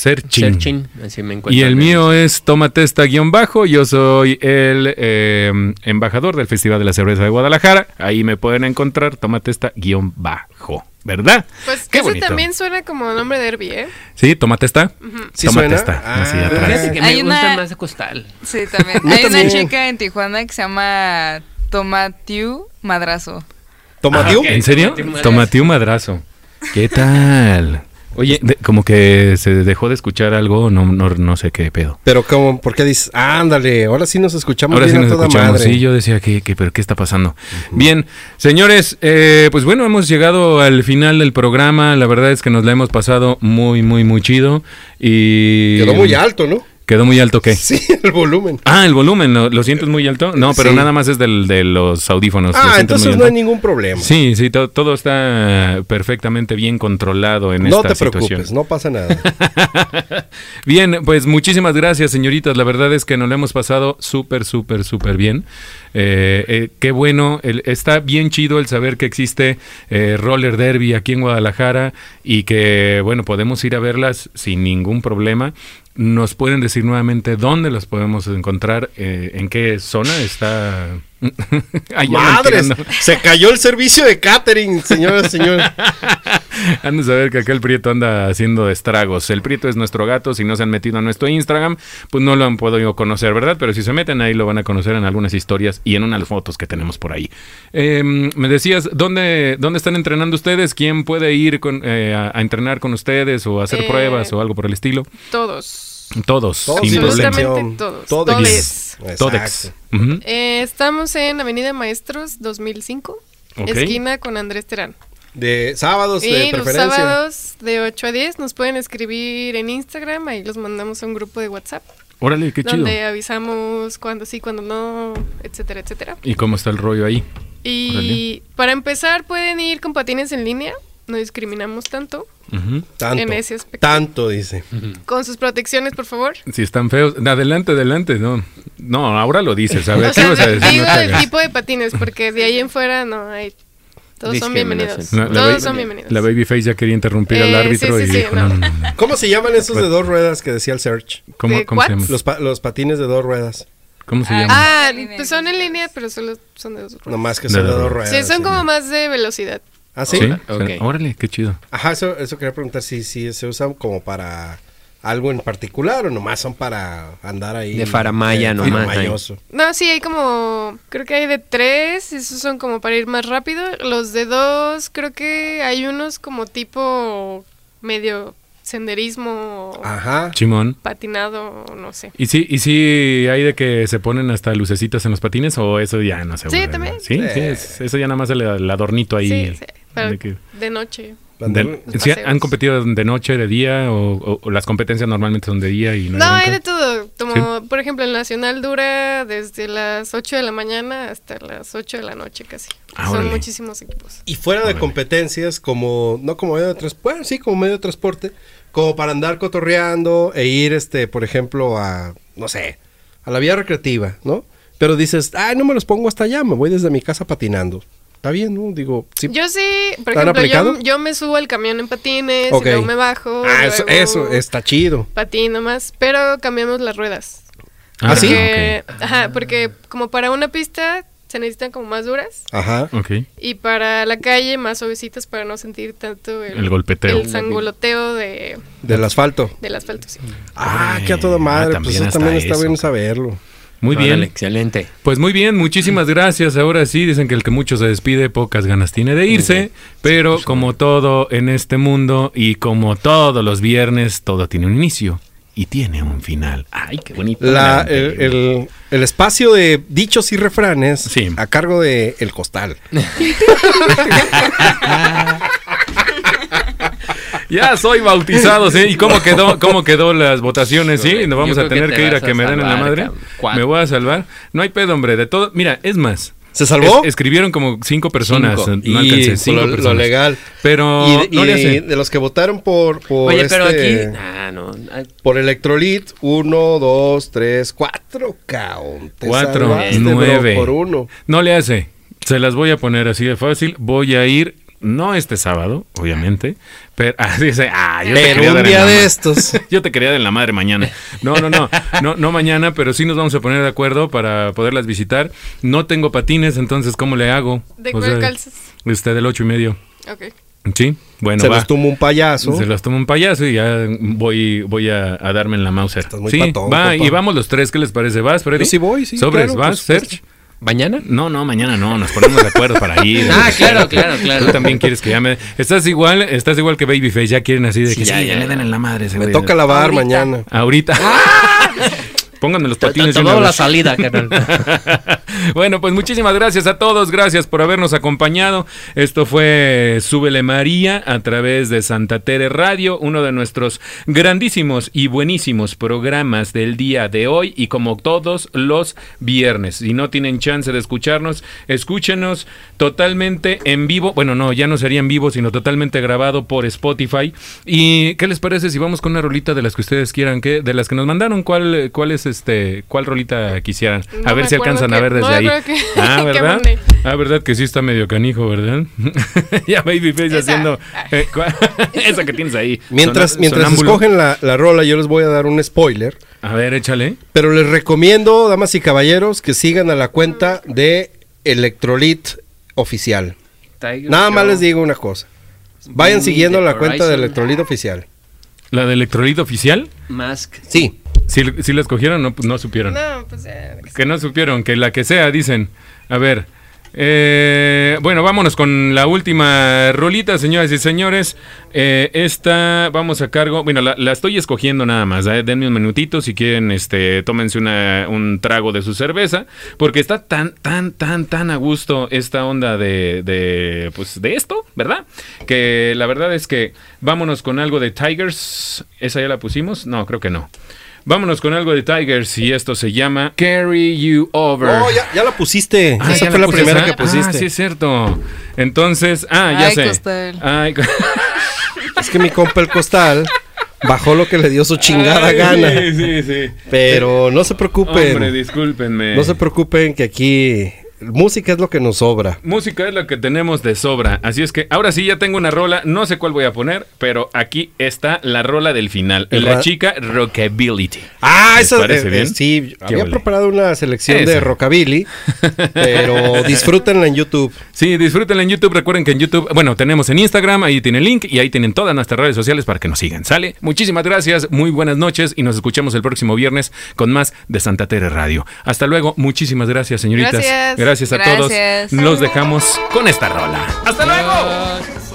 así me encuentro. Y el mío es Tomatesta _. Yo soy el embajador del Festival de la Cerveza de Guadalajara. Ahí me pueden encontrar, Tomatesta _. ¿Verdad? Pues qué ese bonito. también suena como nombre de Derby, ¿eh? Sí, Tomatesta. ¿Sí Tomatesta. suena? Así atrás. Fíjate que me gusta más de costal. Sí, también. Hay una chica en Tijuana que se llama Tomatiu Madrazo. ¿Tomatiu? ¿En serio? Tomatiu Madrazo. ¿Qué tal? Oye, como que se dejó de escuchar algo, no sé qué pedo. Pero ¿cómo? ¿Por qué dices? Ándale, ahora sí nos escuchamos ahora bien sí nos a toda escuchamos, madre. Sí, yo decía, pero ¿qué está pasando? Bien, señores, pues bueno, hemos llegado al final del programa. La verdad es que nos la hemos pasado muy, muy, muy chido. Y quedó muy alto, ¿no? ¿Quedó muy alto qué? Sí, el volumen. Ah, el volumen, ¿lo sientes muy alto? No, pero nada más es de los audífonos. Entonces no hay ningún problema. Sí, todo está perfectamente bien controlado en esta situación. No te preocupes, no pasa nada. Bien, pues muchísimas gracias, señoritas. La verdad es que nos lo hemos pasado súper bien. Qué bueno, está bien chido el saber que existe Roller Derby aquí en Guadalajara y que, bueno, podemos ir a verlas sin ningún problema. ¿Nos pueden decir nuevamente dónde las podemos encontrar? ¿En qué zona está? ¡Madres! Se cayó el servicio de catering, señoras y señores. Han de saber que acá el Prieto anda haciendo estragos. El Prieto es nuestro gato. Si no se han metido a nuestro Instagram, pues no lo han podido conocer, ¿verdad? Pero si se meten ahí lo van a conocer en algunas historias y en unas fotos que tenemos por ahí. Me decías, ¿dónde están entrenando ustedes? ¿Quién puede ir a entrenar con ustedes o hacer pruebas o algo por el estilo? Todos, sin problema. Todos. Todex. Estamos en Avenida Maestros 2005, esquina con Andrés Terán. De sábados de preferencia. Los sábados de 8 a 10 nos pueden escribir en Instagram, ahí los mandamos a un grupo de WhatsApp. Órale, qué chido. Donde avisamos cuándo sí, cuándo no, etcétera, etcétera. ¿Y cómo está el rollo ahí? Y Órale. para empezar pueden ir con patines en línea, no discriminamos tanto. En ese aspecto. Tanto, dice. Con sus protecciones, por favor. Si están feos, adelante, no, ahora lo dices, a ver, o sea, ¿qué vas a decir? digo No el tipo de patines, porque de ahí en fuera no hay. Todos son bienvenidos. Todos son bienvenidos. La Babyface ya quería interrumpir al árbitro y dijo, no. ¿Cómo se llaman esos de dos ruedas que decía el Search? ¿Cómo se llaman? Los patines de dos ruedas. ¿Cómo se llama? Ah, pues son en línea, pero solo son de 2 ruedas. Nomás que son de 2 ruedas. Sí, son como más de velocidad. ¿Ah, sí? Sí, Ok. Órale, qué chido. Ajá, eso quería preguntar si se usan como para algo en particular o nomás son para andar ahí. De faramaya nomás, faramayoso. No, sí, hay como, creo que hay de 3, esos son como para ir más rápido. Los de 2, creo que hay unos como tipo medio senderismo, Ajá. Chimón. patinado, no sé. ¿Y sí hay de que se ponen hasta lucecitas en los patines o eso ya no se Sí, usa? también. Sí, eso ya nada más el adornito ahí. Sí, sí, para- de que- de noche. ¿Sí paseos. han competido de noche, de día o las competencias normalmente son de día y no No, hay hay bronca? de todo. Como, por ejemplo, el Nacional dura desde las 8 de la mañana hasta las 8 de la noche casi. Ah, Son órale. muchísimos equipos. Y fuera de Órale. competencias, no como medio de transporte, bueno, sí, como medio de transporte, como para andar cotorreando e ir, por ejemplo, no sé, a la vía recreativa, ¿no? Pero dices, no me los pongo hasta allá, me voy desde mi casa patinando. Está bien, ¿no? Digo, sí. Yo sí, por ¿Te han ejemplo, aplicado? yo me subo al camión en patines Ok. y luego me bajo. Eso está chido. Patino más, pero cambiamos las ruedas. ¿Ah, sí? Porque, ajá, porque como para una pista se necesitan como más duras Ajá. Ok. y para la calle más suavecitas para no sentir tanto El golpeteo. el sangoloteo Del asfalto. del asfalto, sí. Que a toda madre, pues también eso hasta también está eso, bien cabrón. saberlo. Muy Órale, bien. excelente. Pues muy bien, muchísimas gracias. Ahora sí, dicen que el que mucho se despide, pocas ganas tiene de irse. Pero como todo en este mundo y como todos los viernes, todo tiene un inicio y tiene un final. Ay, qué bonito. El espacio de dichos y refranes Sí. a cargo de El Costal. Ya soy bautizado, ¿sí? ¿Y cómo quedó las votaciones? Sí, nos vamos Yo a creo tener que que te ir a vas que a me den en la salvar, madre. cabrón. 4. Me voy a salvar. No hay pedo, hombre, de todo. Mira, es más. ¿Se salvó? Escribieron como 5 personas. 5. No alcancé, 5 lo personas. legal. Pero Y no le hace. de los que votaron por Oye, pero aquí... no. por Electrolit, 1, 2, 3, 4, caón. Te 4, salvaste, 9. bro, por 1. No le hace. Se las voy a poner así de fácil. Voy a ir, no este sábado, obviamente, pero dice, yo te Pero quería un dar en día la de madre. estos. Yo te quería dar en la madre mañana. No mañana, pero sí nos vamos a poner de acuerdo para poderlas visitar. No tengo patines, entonces ¿cómo le hago? ¿De cuál calzas? Del 8:30. Ok. Sí, bueno, Se va. los tumba un payaso. Se los toma un payaso y ya voy a darme en la Mauser. Estás muy Sí, patón, va, compa. y vamos los tres, ¿qué les parece? ¿Vas, Freddy? Yo sí voy, sí, Sobres, claro, ¿vas, por supuesto. Serge? ¿Mañana? No, mañana no, nos ponemos de acuerdo para ir. Claro. Tú también quieres que llame. Estás igual que Babyface, ya quieren así de que Sí, sí, ya. le den en la madre. ese Me güey. toca lavar Ahorita. mañana. Ahorita. Pónganme los patines. Te de una doy la vez. salida, carnal. Bueno, pues muchísimas gracias a todos, gracias por habernos acompañado. Esto fue Súbele María a través de Santa Tere Radio, uno de nuestros grandísimos y buenísimos programas del día de hoy y como todos los viernes. Si no tienen chance de escucharnos, escúchenos totalmente en vivo. Bueno, no, ya no sería en vivo, sino totalmente grabado por Spotify. ¿Y qué les parece si vamos con una rolita de las que ustedes quieran? De las que nos mandaron, ¿cuál es cuál rolita quisieran? No A ver me si acuerdo alcanzan a que- ver desde no me ahí. acuerdo que- Ah, que ¿verdad? mandé. Ah, ¿verdad que sí está medio canijo, verdad? Ya Babyface Esa. haciendo esa que tienes ahí. Mientras Sonámbulo. escogen la rola, yo les voy a dar un spoiler. A ver, échale. Pero les recomiendo, damas y caballeros, que sigan a la cuenta de Electrolit Oficial. Nada más les digo una cosa. Vayan siguiendo la cuenta de Electrolit Oficial. ¿La de Electrolito Oficial? Mask. Sí. Si la escogieron, no supieron. No, pues Que no supieron, que la que sea, dicen. A ver. Bueno, vámonos con la última rolita, señoras y señores. Esta vamos a cargo. Bueno, la estoy escogiendo nada más. Denme un minutito si quieren. Tómense un trago de su cerveza. Porque está tan a gusto esta onda de esto, ¿verdad? Que la verdad es que vámonos con algo de Tigers. ¿Esa ya la pusimos? No, creo que no. Vámonos con algo de Tigers y esto se llama Carry You Over. Oh, ya la pusiste. Ah, Esa ¿ya fue la puse primera esa? que pusiste. Ah, sí es cierto. Entonces, ya Ay, sé. Costal. Ay, Es que mi compa el Costal bajó lo que le dio su chingada Ay, gana. Sí. Pero no se preocupen. Hombre, discúlpenme. No se preocupen que aquí Música es lo que nos sobra. Música es lo que tenemos de sobra. Así es que ahora sí ya tengo una rola. No sé cuál voy a poner, pero aquí está la rola del final. La chica Rockability. Eso parece bien? Sí, había vale? preparado una selección de Rockabilly, pero disfrútenla en YouTube. Sí, disfrútenla en YouTube. Recuerden que en YouTube, bueno, tenemos en Instagram, ahí tienen el link y ahí tienen todas nuestras redes sociales para que nos sigan. ¿Sale? Muchísimas gracias, muy buenas noches y nos escuchamos el próximo viernes con más de Santa Tere Radio. Hasta luego, muchísimas gracias, señoritas. Gracias a todos. Los dejamos con esta rola. ¡Hasta luego!